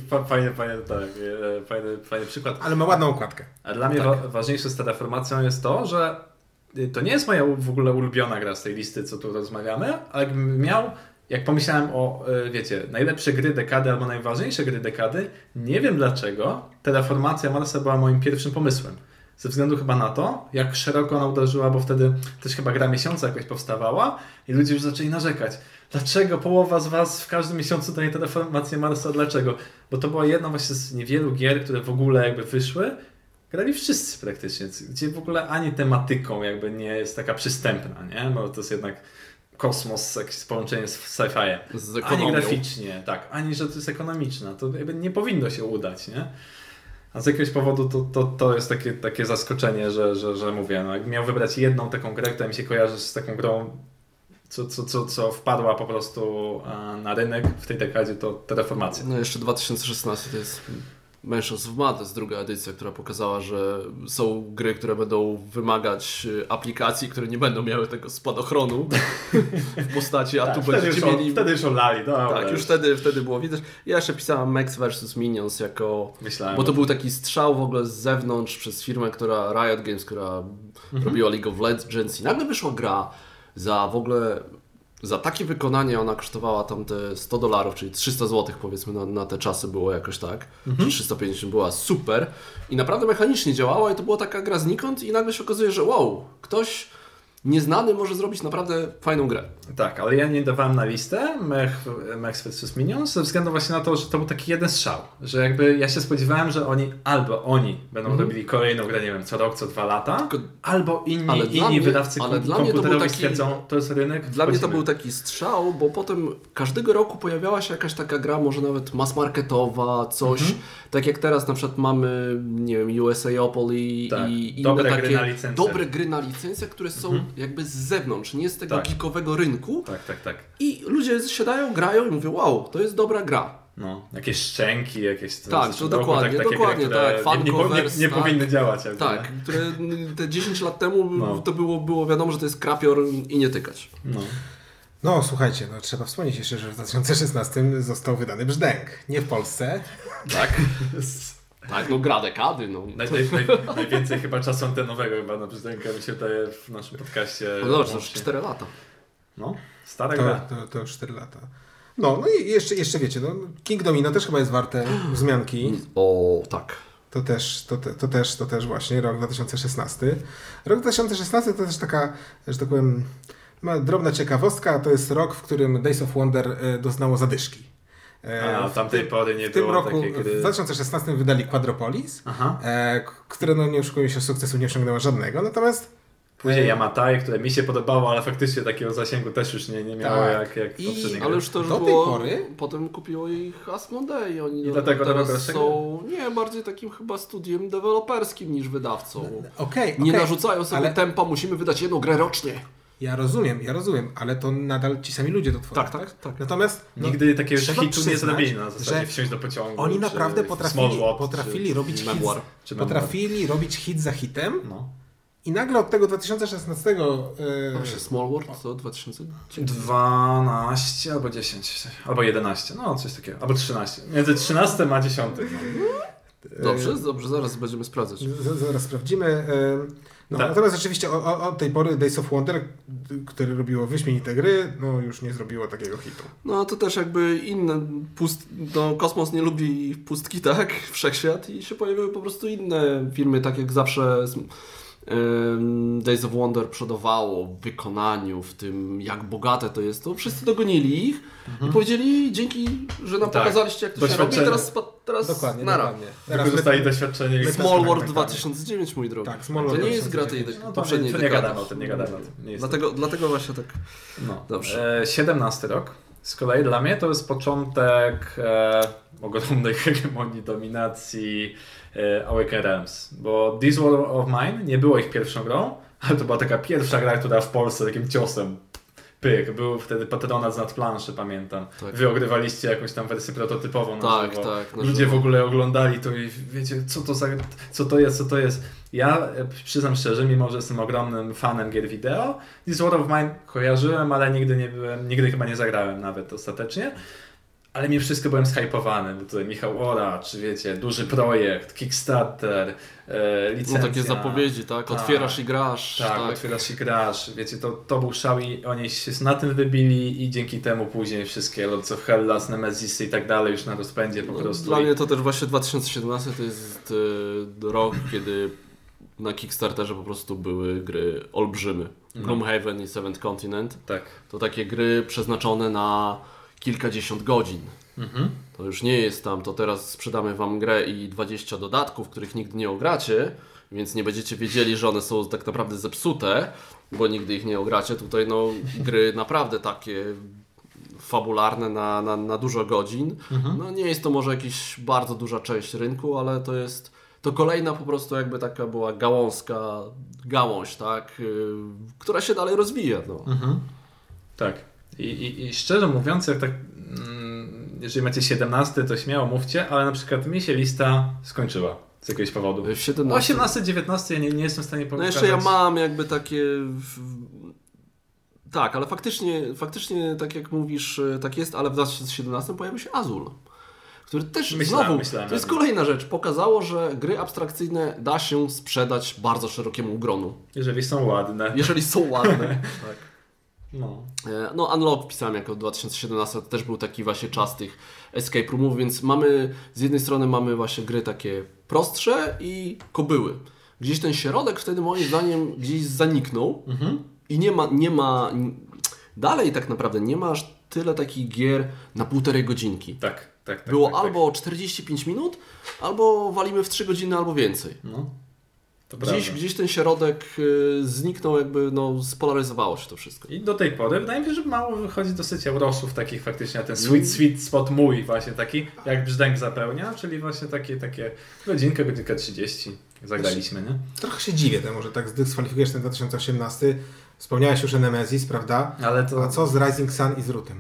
fajny przykład. Ale ma ładną okładkę. A dla mnie ważniejsze z Terraformacją jest to, że to nie jest moja w ogóle ulubiona gra z tej listy, co tu rozmawiamy, ale jakbym miał, jak pomyślałem o, wiecie, najlepsze gry dekady albo najważniejsze gry dekady, nie wiem dlaczego Terraformacja Marsa była moim pierwszym pomysłem. Ze względu chyba na to, jak szeroko ona uderzyła, bo wtedy też chyba gra miesiąca jakoś powstawała i ludzie już zaczęli narzekać. Dlaczego połowa z was w każdym miesiącu daje Terraformację Marsa? Dlaczego? Bo to była jedna właśnie z niewielu gier, które w ogóle jakby wyszły, grali wszyscy praktycznie, gdzie w ogóle ani tematyką jakby nie jest taka przystępna, nie? Bo to jest jednak kosmos, jakieś połączenie z sci-fiem. Ani graficznie, tak, ani że to jest ekonomiczna. To jakby nie powinno się udać, nie? A z jakiegoś powodu to jest takie zaskoczenie, że mówię, no jak miał wybrać jedną taką grę, która mi się kojarzy z taką grą, co wpadła po prostu na rynek w tej dekadzie, to Terraformacja. No jeszcze 2016 to jest Mansions of Madness, druga edycja, która pokazała, że są gry, które będą wymagać aplikacji, które nie będą miały tego spadochronu w postaci, a tak, tu będziecie mieli... Wtedy już olali. Tak, już wtedy było widać. Ja jeszcze pisałem Max vs. Minions jako... Myślałem, bo to był taki strzał w ogóle z zewnątrz przez firmę, Riot Games, która robiła League of Legends i nagle wyszła gra za takie wykonanie ona kosztowała tam te $100, czyli 300 zł powiedzmy na te czasy było jakoś tak, czy 350 była super i naprawdę mechanicznie działała i to była taka gra znikąd i nagle się okazuje, że wow, ktoś nieznany może zrobić naprawdę fajną grę. Tak, ale ja nie dawałem na listę Max vs. Minions ze względu właśnie na to, że to był taki jeden strzał, że jakby ja się spodziewałem, że oni będą robili kolejną grę, nie wiem, co rok, co 2 lata, albo inni wydawcy komputerowi stwierdzą, to jest rynek. Dla mnie to był taki strzał, bo potem każdego roku pojawiała się jakaś taka gra, może nawet mass-marketowa, coś, tak jak teraz na przykład mamy, nie wiem, USAopoly i inne takie dobre gry na licencję, które są jakby z zewnątrz, nie z tego geekowego rynku. Tak. I ludzie siadają, grają i mówią, wow, to jest dobra gra. No, jakieś szczęki, jakieś... Tak, to dokładnie, tak. Funkoverse, nie powinny działać. Jakby, tak, które te 10 lat temu to było wiadomo, że to jest krapior i nie tykać. No słuchajcie, trzeba wspomnieć jeszcze, że w 2016 został wydany Brzdęk. Nie w Polsce. Tak. Tak, gra dekady. Najwięcej chyba czasu antenowego chyba na Brzdęka mi się daje w naszym podcaście. No dobrze, to już 4 lata. No, stara gra. To już 4 lata. No i jeszcze wiecie, King Domino też chyba jest warte wzmianki. O, tak. To też właśnie rok 2016. Rok 2016 to też taka, że tak powiem, drobna ciekawostka. To jest rok, w którym Days of Wonder doznało zadyszki. A w tamtej pory nie było. W tym roku, takiej gry. w 2016 wydali Quadropolis, które nie oszukujmy się, sukcesu nie osiągnęło żadnego. Natomiast później Yamatai, które mi się podobało, ale faktycznie takiego zasięgu też już nie miało jak poprzednie gry. Ale już to już było, potem kupiło ich Asmodee. Oni teraz są bardziej takim chyba studiem deweloperskim niż wydawcą. Nie narzucają sobie tempa, musimy wydać jedną grę rocznie. Ja rozumiem, ale to nadal ci sami ludzie to tworzą. Tak. Natomiast nigdy takiego hitu nie zrobili na zasadzie wsiąść do pociągu. Oni naprawdę potrafili robić hit za hitem. I nagle od tego 2016... Small World to 2010? 12 albo 10, albo 11, coś takiego, albo 13. Między 13 a 10. Dobrze, zaraz będziemy sprawdzać. Zaraz sprawdzimy. Natomiast oczywiście od tej pory Days of Wonder, które robiło wyśmienite gry, już nie zrobiło takiego hitu. To też jakby inne kosmos nie lubi pustki, tak? Wszechświat i się pojawiły po prostu inne firmy, tak jak zawsze Days of Wonder przodowało w wykonaniu, w tym jak bogate to jest, to wszyscy dogonili ich i powiedzieli dzięki, że nam pokazaliście jak to się robi, teraz dokładnie. Teraz dostali doświadczenie. Small World 2009, mój drogi. Tak, Small World to nie jest gra tej poprzedniej dekady. Nie gadamy o tym. Dlatego właśnie tak. Dobrze. 17 rok. Z kolei dla mnie to jest początek ogromnej hegemonii, dominacji Awaken Realms, bo This War of Mine nie było ich pierwszą grą, ale to była taka pierwsza gra, która w Polsce takim ciosem był wtedy Patronat z nadplanszy, pamiętam. Tak. Wy ogrywaliście jakąś tam wersję prototypową na żywo. Tak. Ludzie w ogóle oglądali to i wiecie, co to jest. Ja przyznam szczerze, mimo że jestem ogromnym fanem gier wideo, This War of Mine kojarzyłem, ale nigdy chyba nie zagrałem nawet ostatecznie. Ale mimo wszystko byłem zhypowany, bo tutaj Michał Ora, czy wiecie, duży projekt, Kickstarter, licencja. Takie zapowiedzi, tak? Otwierasz i grasz. Tak, otwierasz i grasz. Wiecie, to był szał i oni się na tym wybili i dzięki temu później wszystkie Lords of Hellas, Nemesisy i tak dalej już na rozpędzie po prostu. Dla mnie to też właśnie 2017 to jest rok, kiedy na Kickstarterze po prostu były gry olbrzymy. Gloomhaven i Seventh Continent. Tak. To takie gry przeznaczone na kilkadziesiąt godzin. To już nie jest tam, to teraz sprzedamy wam grę i 20 dodatków, których nigdy nie ogracie, więc nie będziecie wiedzieli, że one są tak naprawdę zepsute, bo nigdy ich nie ogracie. Tutaj gry naprawdę takie fabularne na dużo godzin. Nie jest to może jakaś bardzo duża część rynku, ale to kolejna po prostu jakby taka była gałąź, tak, która się dalej rozwija. Tak. I szczerze mówiąc, jak tak, jeżeli macie 17, to śmiało mówcie, ale na przykład mi się lista skończyła z jakiegoś powodu. 18, 19 ja nie jestem w stanie powiedzieć. Jeszcze ja mam jakby takie... Tak, ale faktycznie tak jak mówisz, tak jest, ale w 2017 pojawił się Azul, który też to jest kolejna rzecz. Pokazało, że gry abstrakcyjne da się sprzedać bardzo szerokiemu gronu. Jeżeli są ładne. Tak. Unlock wpisałem jako 2017, to też był taki właśnie czas tych escape roomów, więc z jednej strony mamy właśnie gry takie prostsze i kobyły. Gdzieś ten środek wtedy moim zdaniem gdzieś zaniknął i nie ma dalej tak naprawdę nie ma aż tyle takich gier na 1,5 godzinki. Tak. Było albo 45 minut, albo walimy w 3 godziny albo więcej. Gdzieś ten środek zniknął, jakby spolaryzowało się to wszystko. I do tej pory wydaje mi się, że mało wychodzi dosyć Eurosów takich faktycznie, ten sweet spot mój właśnie taki, jak brzdęk zapełnia, czyli właśnie takie godzinka 30 zagraliśmy, nie? Trochę się dziwię temu, że tak zdyskwalifikujesz ten 2018. Wspomniałeś już o Nemesis, prawda? Ale to... A co z Rising Sun i z Rootem?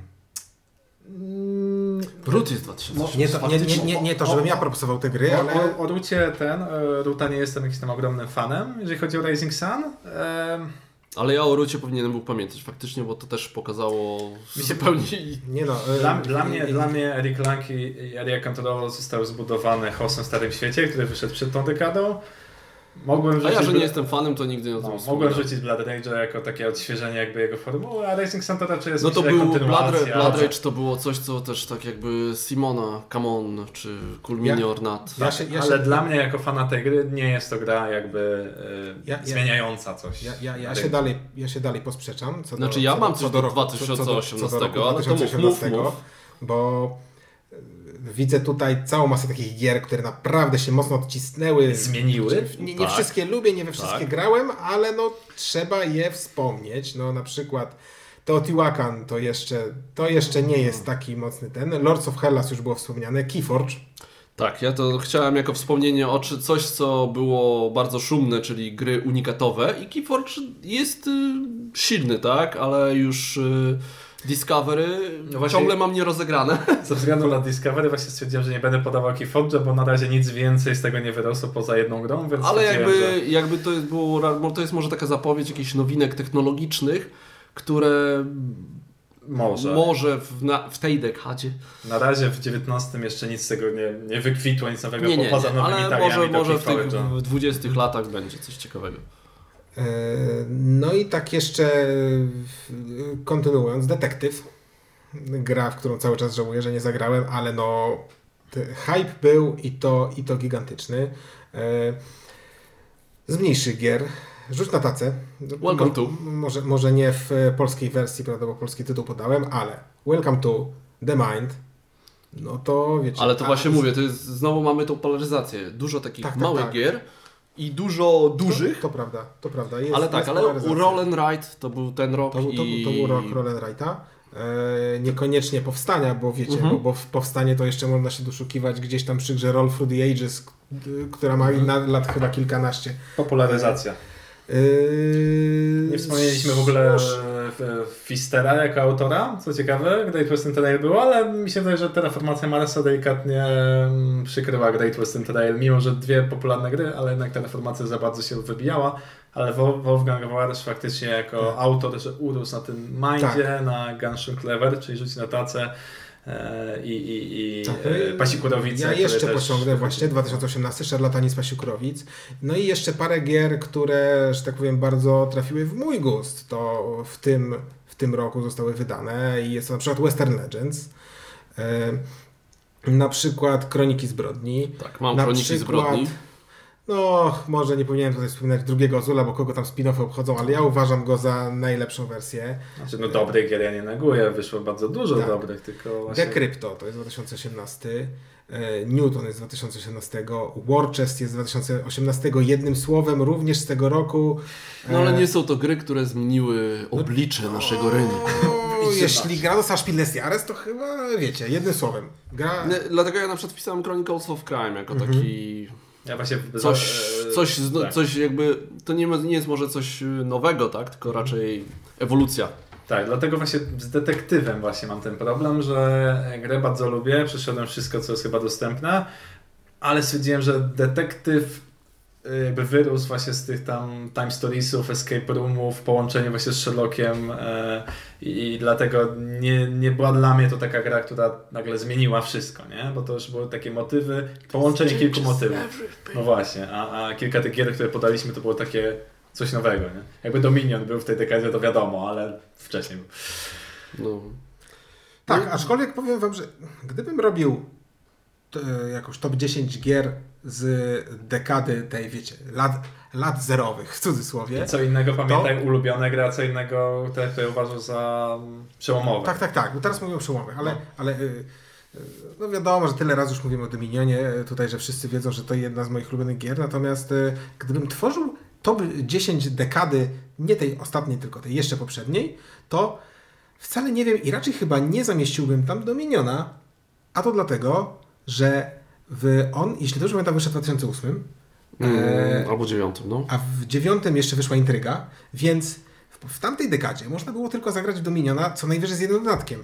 Root jest 2018. Nie to, żebym ja proponował te gry, ale... O Roocie Roota nie jestem jakimś tam ogromnym fanem, jeżeli chodzi o Rising Sun. Ale ja o Roocie powinienem był pamiętać faktycznie, bo to też pokazało zupełnie... Dla mnie Eric Lang i Area Control zostały zbudowane chaosem w Starym Świecie, który wyszedł przed tą dekadą. Ja, że nie jestem fanem, to nigdy nie o tym mogłem rzucić Blood Rage'a jako takie odświeżenie jakby jego formuły, a Rising Sun to raczej jest to był Blood Rage to było coś, co też tak jakby Simona, Come On, czy Cool Mini or Not. Ale dla mnie jako fana tej gry nie jest to gra jakby zmieniająca coś. Ja się dalej posprzeczam. Ja mam coś do 2018, ale to mów. Bo widzę tutaj całą masę takich gier, które naprawdę się mocno odcisnęły. Zmieniły? Nie wszystkie lubię, nie we wszystkie grałem, ale trzeba je wspomnieć. Na przykład Teotihuacan to jeszcze nie jest taki mocny ten. Lords of Hellas już było wspomniane. Keyforge. Tak, ja to chciałem jako wspomnienie o coś, co było bardzo szumne, czyli gry unikatowe i Keyforge jest silny, tak, ale już... Discovery ciągle mam nierozegrane. Ze względu na Discovery właśnie stwierdziłem, że nie będę podawał Keyforge'a, bo na razie nic więcej z tego nie wyrosło poza jedną grą, więc ale jakby to jest może taka zapowiedź jakichś nowinek technologicznych, które może w tej dekadzie. Na razie w 19 jeszcze nic z tego nie wykwitło, nic nowego poza nowymi ale może w tych 20 latach będzie coś ciekawego. I tak jeszcze kontynuując, Detektyw, gra, w którą cały czas żałuję, że nie zagrałem, ale hype był i to gigantyczny. Z mniejszych gier, rzuć na tacę. Welcome to. Może nie w polskiej wersji, prawda, bo polski tytuł podałem, ale Welcome to The Mind. To wiecie. Ale to właśnie mówię, znowu mamy tą polaryzację. Dużo takich małych gier. I dużo dużych. To prawda. Jest, ale Roll and Ride to był ten rok. To był rok Roll and Ride'a. Niekoniecznie Powstania, bo wiecie, bo w Powstanie to jeszcze można się doszukiwać gdzieś tam przy grze Roll Through the Ages, która ma lat chyba kilkanaście. Popularyzacja. Nie wspomnieliśmy w ogóle Fistera jako autora, co ciekawe, Great Western Trail było, ale mi się wydaje, że Terraformacja Marsa delikatnie przykrywa Great Western Trail, mimo że dwie popularne gry, ale jednak Terraformacja za bardzo się wybijała, ale Wolfgang Warsch faktycznie jako autor, że urósł na tym mindzie, na Gunshot Clever, czyli rzuci na tacę i Pasikurowice. Ja jeszcze pociągnę właśnie 2018, Szarlatani Pasikurowic. I jeszcze parę gier, które, że tak powiem, bardzo trafiły w mój gust. To w tym roku zostały wydane i jest to na przykład Western Legends. Na przykład Kroniki Zbrodni. Tak, mam Kroniki Zbrodni. No, może nie powinienem tutaj wspominać drugiego Azula, bo kogo tam spin-offy obchodzą, ale ja uważam go za najlepszą wersję. Znaczy, no dobrych gier ja nie neguję, wyszło bardzo dużo dobrych, tylko właśnie... Decrypto to jest 2018, Newton jest z 2018, War Chest jest z 2018, jednym słowem również z tego roku. No ale nie są to gry, które zmieniły oblicze naszego rynku. Jeśli gra dostała Spiel des Jahres, to chyba wiecie, jednym słowem. Dlatego ja na przykład wpisałem Chronicles of Crime jako taki... Ja właśnie coś jakby, to nie jest może coś nowego, tak? Tylko raczej ewolucja. Tak, dlatego właśnie z detektywem właśnie mam ten problem, że grę bardzo lubię, przeszedłem wszystko, co jest chyba dostępne, ale stwierdziłem, że detektyw jakby wyrósł właśnie z tych tam time storiesów, escape roomów, połączenie właśnie z Sherlockiem i dlatego nie była dla mnie to taka gra, która nagle zmieniła wszystko, nie? Bo to już były takie motywy, połączenie kilku motywów. No właśnie, a kilka tych gier, które podaliśmy, to było takie coś nowego, nie? Jakby Dominion był w tej dekadzie, to wiadomo, ale wcześniej był. No. Tak, aczkolwiek powiem wam, że gdybym robił jakoś top 10 gier z dekady tej, wiecie, lat zerowych, w cudzysłowie. I co innego, pamiętaj, ulubione gra, co innego, te, które uważam za przełomowe. Tak, bo teraz mówimy o przełomowych, ale no wiadomo, że tyle razy już mówimy o Dominionie tutaj, że wszyscy wiedzą, że to jedna z moich ulubionych gier, natomiast gdybym tworzył top 10 dekady, nie tej ostatniej, tylko tej jeszcze poprzedniej, to wcale nie wiem i raczej chyba nie zamieściłbym tam Dominiona, a to dlatego, że on, jeśli dobrze pamiętam, wyszedł w 2008. Albo 2009, no. A w 2009 jeszcze wyszła Intryga, więc w tamtej dekadzie można było tylko zagrać w Dominiona co najwyżej z jednym dodatkiem.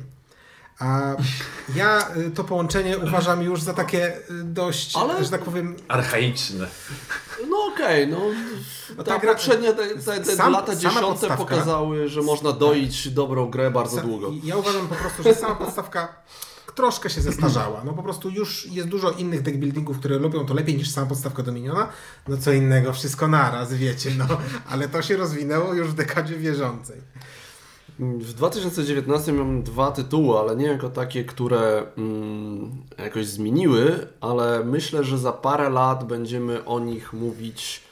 A ja to połączenie uważam już za takie dość, że tak powiem... archaiczne. No okej, no ta poprzednia, te lata 10 pokazały, że można doić dobrą grę bardzo długo. Ja uważam po prostu, że sama podstawka troszkę się zestarzała. No po prostu już jest dużo innych deckbuildingów, które lubią to lepiej niż sama podstawka Dominiona. No co innego, wszystko naraz, wiecie, no. Ale to się rozwinęło już w dekadzie bieżącej. W 2019 mam 2 tytuły, ale nie jako takie, które jakoś zmieniły, ale myślę, że za parę lat będziemy o nich mówić.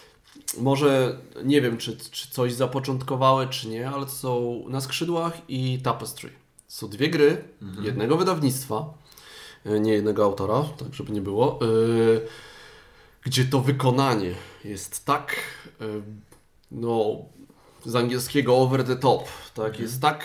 Może nie wiem, czy coś zapoczątkowały, czy nie, ale to są Na skrzydłach i Tapestry. Są 2 gry, jednego wydawnictwa, nie jednego autora, tak żeby nie było, gdzie to wykonanie jest tak, no z angielskiego over the top, tak, jest tak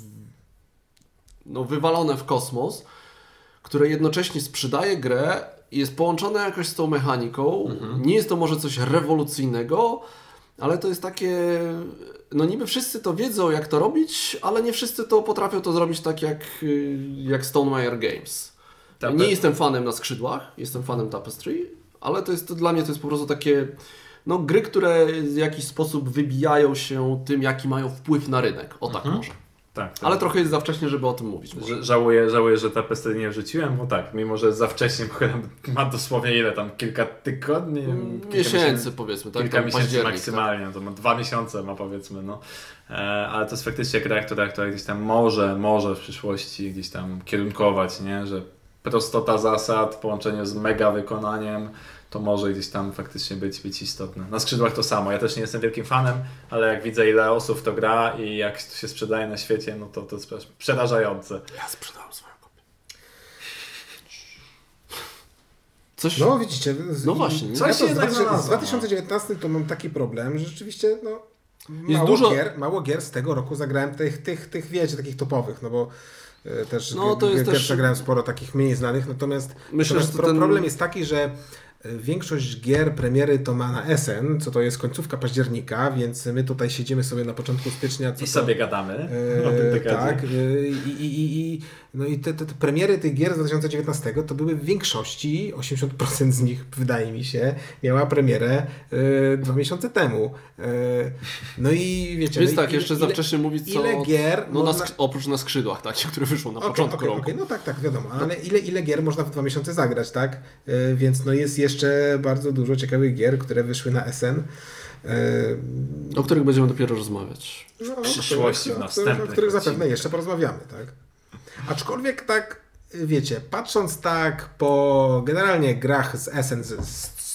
wywalone w kosmos, które jednocześnie sprzedaje grę i jest połączone jakoś z tą mechaniką. Nie jest to może coś rewolucyjnego, ale to jest takie... No niby wszyscy to wiedzą, jak to robić, ale nie wszyscy to potrafią to zrobić tak jak Stonemaier Games. Nie jestem fanem Na skrzydłach, jestem fanem Tapestry, ale dla mnie to jest po prostu takie gry, które w jakiś sposób wybijają się tym, jaki mają wpływ na rynek. O tak może. Tak. Ale trochę jest za wcześnie, żeby o tym mówić. Żałuję, że Tapestry nie wrzuciłem, bo tak, mimo że za wcześnie, ma dosłownie ile tam, kilka tygodni? Miesięcy powiedzmy, tak? Kilka miesięcy maksymalnie, tak. To ma 2 miesiące powiedzmy, no. Ale to jest faktycznie gra, która gdzieś tam może w przyszłości gdzieś tam kierunkować, nie? Że prostota zasad, połączenie z mega wykonaniem, to może gdzieś tam faktycznie być istotne. Na skrzydłach to samo. Ja też nie jestem wielkim fanem, ale jak widzę, ile osób w to gra i jak to się sprzedaje na świecie, no to jest przerażające. Ja sprzedałem swoją kopię. No widzicie. Właśnie. Z 2019 to mam taki problem, że rzeczywiście mało gier z tego roku zagrałem tych wiecie, takich topowych, no bo też zagrałem sporo takich mniej znanych, natomiast myślę, że problem jest taki, że większość gier premiery to ma na SN, co to jest końcówka października, więc my tutaj siedzimy sobie na początku stycznia. Sobie gadamy. Tak. No i te premiery tych gier z 2019 to były w większości, 80% z nich wydaje mi się, miała premierę 2 miesiące temu. No i wiecie... Więc tak, jeszcze za wcześnie mówić co... Ile gier... oprócz Na skrzydłach, tak, które wyszło na początku roku. No tak, wiadomo, ale ile gier można w 2 miesiące zagrać, tak? Więc jest jeszcze bardzo dużo ciekawych gier, które wyszły na SN. O których będziemy dopiero rozmawiać. W przyszłości, w następnych. O których zapewne jeszcze porozmawiamy, tak? Aczkolwiek tak, wiecie, patrząc tak po generalnie grach z SN z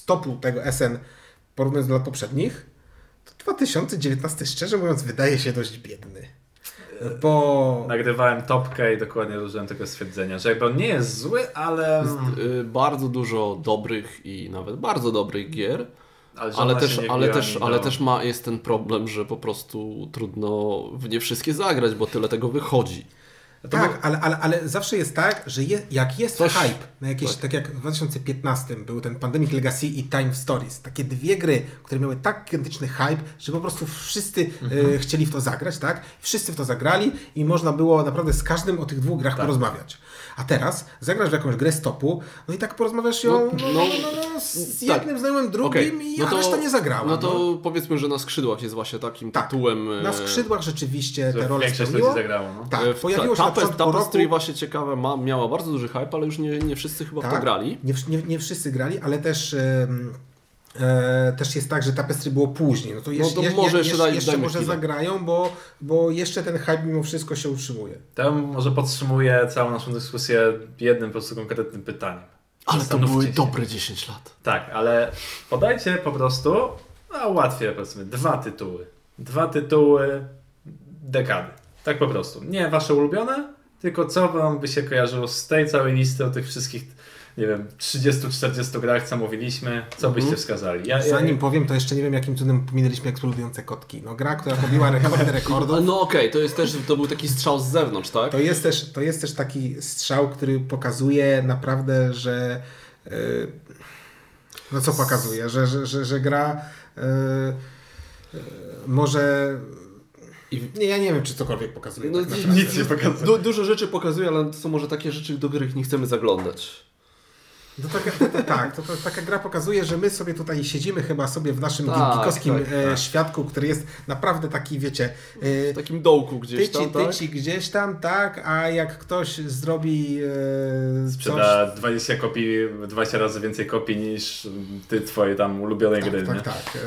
stopu tego SN porównując do lat poprzednich, to 2019 szczerze mówiąc wydaje się dość biedny. Bo... Nagrywałem topkę i dokładnie użyłem tego stwierdzenia, że jakby on nie jest zły, ale... Jest bardzo dużo dobrych i nawet bardzo dobrych gier, ale też jest ten problem, że po prostu trudno w nie wszystkie zagrać, bo tyle tego wychodzi. Tak, ale zawsze jest tak, że jak jest hype na jakieś, tak jak w 2015 był ten Pandemic Legacy i Time Stories, takie dwie gry, które miały tak gigantyczny hype, że po prostu wszyscy chcieli w to zagrać, tak? Wszyscy w to zagrali i można było naprawdę z każdym o tych dwóch grach porozmawiać. A teraz zagrasz w jakąś grę z topu, no i tak porozmawiasz ją z jednym znajomym, drugim a reszta nie zagrała. No to powiedzmy, że Na skrzydłach jest właśnie takim tytułem. Na skrzydłach rzeczywiście te role spełniło. Zagrało, no. Tak, pojawiło się na początku roku. Tapestry właśnie ciekawe, miała bardzo duży hype, ale już nie wszyscy chyba w to grali. Nie wszyscy grali, ale też jest tak, że Tapestry było później. No to jeszcze może zagrają, bo jeszcze ten hype mimo wszystko się utrzymuje. To może podsumuję całą naszą dyskusję jednym po prostu konkretnym pytaniem. Ale to były dobre 10 lat. Tak, ale podajcie po prostu, łatwiej powiedzmy, dwa tytuły dekady. Tak po prostu. Nie wasze ulubione, tylko co wam by się kojarzyło z tej całej listy o tych wszystkich, nie wiem, 30-40 grach, co mówiliśmy, co byście wskazali? Zanim powiem, to jeszcze nie wiem, jakim cudem pominęliśmy eksplodujące kotki. No gra, która pobiła rekordów. No okej, to był taki strzał z zewnątrz, tak? To jest też taki strzał, który pokazuje naprawdę, że no co pokazuje? Że gra może... ja nie wiem, czy cokolwiek pokazuje. No, tak nic nie pokazuje. Dużo rzeczy pokazuje, ale to są może takie rzeczy, do których nie chcemy zaglądać. To taka gra pokazuje, że my sobie tutaj siedzimy chyba sobie w naszym geekowskim świadku, który jest naprawdę taki, wiecie... w takim dołku gdzieś tam, tyci gdzieś tam, tak, a jak ktoś zrobi sprzeda 20 razy więcej kopii niż ty twoje tam ulubione gry, nie? Tak.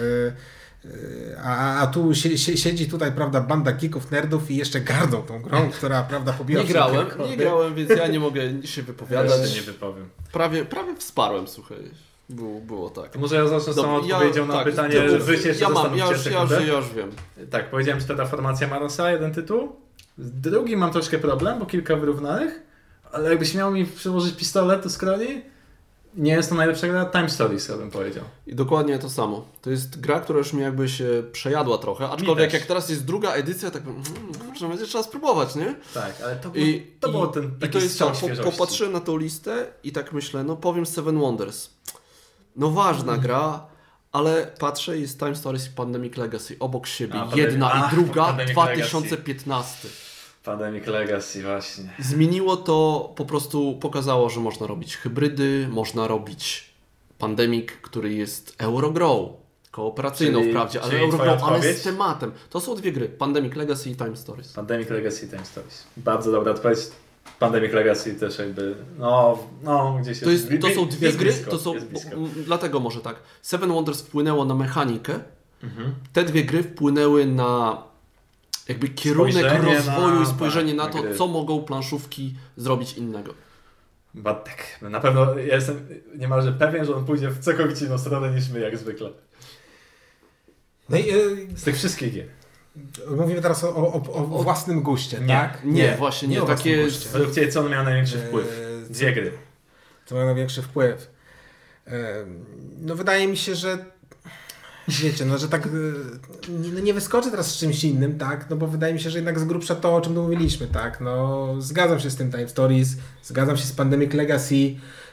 A tu siedzi tutaj, prawda, banda geeków, nerdów i jeszcze gardzą tą grą, która, prawda, pobiła Nie grałem, więc ja nie mogę się wypowiadać. Ja się nie wypowiem. Prawie wsparłem, słuchaj. Było tak. To może ja zacznę z samą odpowiedzią na pytanie, że wy się jeszcze ja już wiem. Tak, powiedziałem, że Terraformacja Marsa, jeden tytuł. Z drugim mam troszkę problem, bo kilka wyrównanych, ale jakbyś miał mi przyłożyć pistolet do skroni, nie jest to najlepsza gra, Time Stories, ja bym powiedział. I dokładnie to samo. To jest gra, która już mi jakby się przejadła trochę, aczkolwiek jak teraz jest druga edycja, tak kurczę, będzie trzeba spróbować, nie? Tak, ale to było ten taki to jest strzał świeżości. Popatrzyłem na tą listę i tak myślę, no powiem Seven Wonders. No ważna gra, ale patrzę, jest Time Stories i Pandemic Legacy obok siebie. Jedna i druga, 2015. Pandemic Legacy, właśnie. Zmieniło to, po prostu pokazało, że można robić hybrydy, można robić Pandemic, który jest Eurogrow, kooperacyjną wprawdzie, ale Eurogrow, ale z tematem. To są dwie gry, Pandemic Legacy i Time Stories. Pandemic Legacy i Time Stories. Bardzo dobra odpowiedź. Pandemic Legacy też jakby, gdzieś jest. To są dwie gry, dlatego może tak. Seven Wonders wpłynęło na mechanikę, te dwie gry wpłynęły na jakby kierunek rozwoju i spojrzenie na to, co mogą planszówki zrobić innego. Tak, na pewno ja jestem niemalże pewien, że on pójdzie w całkowicie inną stronę niż my, jak zwykle. No i, z tych wszystkich gier. Mówimy teraz o własnym guście, nie, tak? Nie, właśnie nie. Takie jest... Według Ciebie co miał największy wpływ? Dwie gry. Co miał największy wpływ? No wydaje mi się, że wiecie, no że tak nie wyskoczę teraz z czymś innym, tak? No bo wydaje mi się, że jednak z grubsza to, o czym tu mówiliśmy, tak? No zgadzam się z tym Time Stories, zgadzam się z Pandemic Legacy.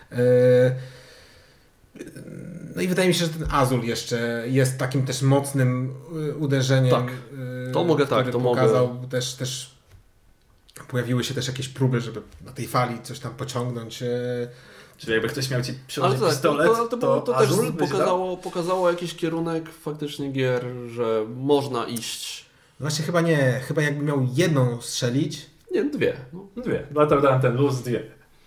No i wydaje mi się, że ten Azul jeszcze jest takim też mocnym uderzeniem. Tak, to mogę pokazał też pojawiły się też jakieś próby, żeby na tej fali coś tam pociągnąć. Czyli jakby ktoś miał ci przyłożyć pistolet, to też pokazało jakiś kierunek faktycznie gier, że można iść. No właśnie chyba nie. Chyba jakby miał jedną strzelić. Nie, dwie. Dwie. Dlatego dałem ten luz, dwie.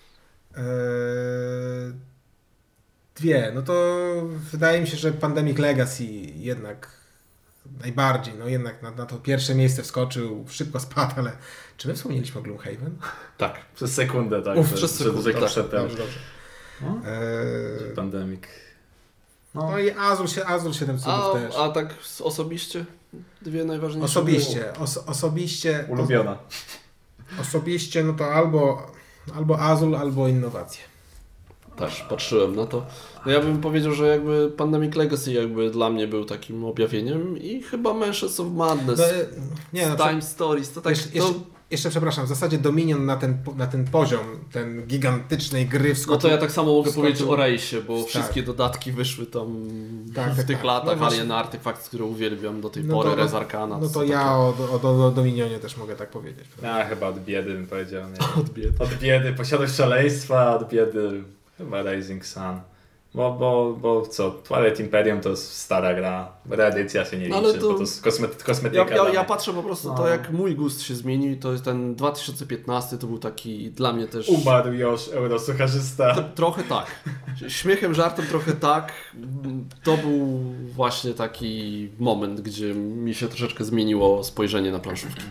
Dwie. No to wydaje mi się, że Pandemic Legacy jednak najbardziej. No jednak na to pierwsze miejsce wskoczył, szybko spadł, ale czy my wspomnieliśmy o Gloomhaven? Tak, przez sekundę, tak. Przez sekundę, tak. Dobrze. No? Pandemic. No i Azul 7 cudów też. A tak osobiście? Dwie najważniejsze? Osobiście. Ulubiona. Osobiście, no to albo Azul, albo innowacje. Też patrzyłem na to. No ja bym powiedział, że jakby Pandemic Legacy jakby dla mnie był takim objawieniem i chyba Mansions of Madness. Time Stories, to tak... Jeszcze przepraszam, w zasadzie Dominion na ten poziom, ten gigantycznej gry wskoczył. No to ja tak samo mogę powiedzieć o Rejsie, bo wszystkie dodatki wyszły tam w tych latach. Alien Artifact, który uwielbiam do tej pory, Res Arcana. No to ja o Dominionie też mogę tak powiedzieć. Ja chyba od biedy bym powiedział. Nie? Od biedy. Od biedy, Posiadłość Szaleństwa, od biedy chyba Rising Sun. Bo co, Twilight Imperium to jest stara gra, reedycja się nie liczy, bo to jest kosmetyka. Ja patrzę po prostu to, jak mój gust się zmienił, to jest ten 2015, to był taki dla mnie też... Umarł już eurosucharzysta. Trochę tak. Śmiechem, żartem trochę tak. To był właśnie taki moment, gdzie mi się troszeczkę zmieniło spojrzenie na planszówki.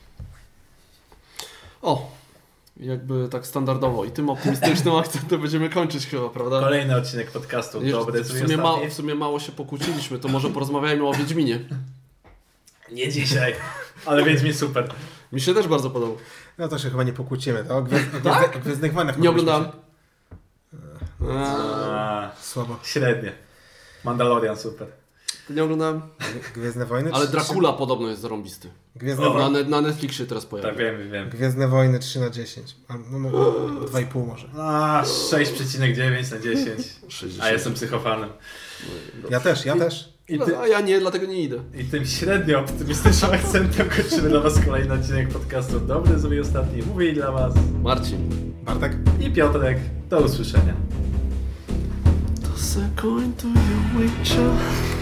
Jakby tak standardowo i tym optymistycznym akcentem będziemy kończyć chyba, prawda? Kolejny odcinek podcastu. Dobry, w sumie mało się pokłóciliśmy, to może porozmawiajmy o Wiedźminie. Nie dzisiaj, ale Wiedźmin super. Mi się też bardzo podobał. No to się chyba nie pokłócimy, to o Gwiezdnych Wojnach. Nie oglądałem. Słabo. Średnie. Mandalorian super. Nie oglądałem. Gwiezdne Wojny? Ale Dracula podobno jest zarąbisty. Na Netflixie teraz pojawił. Tak, wiem. Gwiezdne Wojny 3/10. 2,5 może. 6,9/10. 60. A jestem psychofanem. Ja też. A ja nie, dlatego nie idę. I tym średnio optymistycznym akcentem kończymy dla Was kolejny odcinek podcastu Dobry, Zły i Ostatni. Mówili dla Was Marcin, Bartek i Piotrek. Do usłyszenia. Toss a coin to your witcher.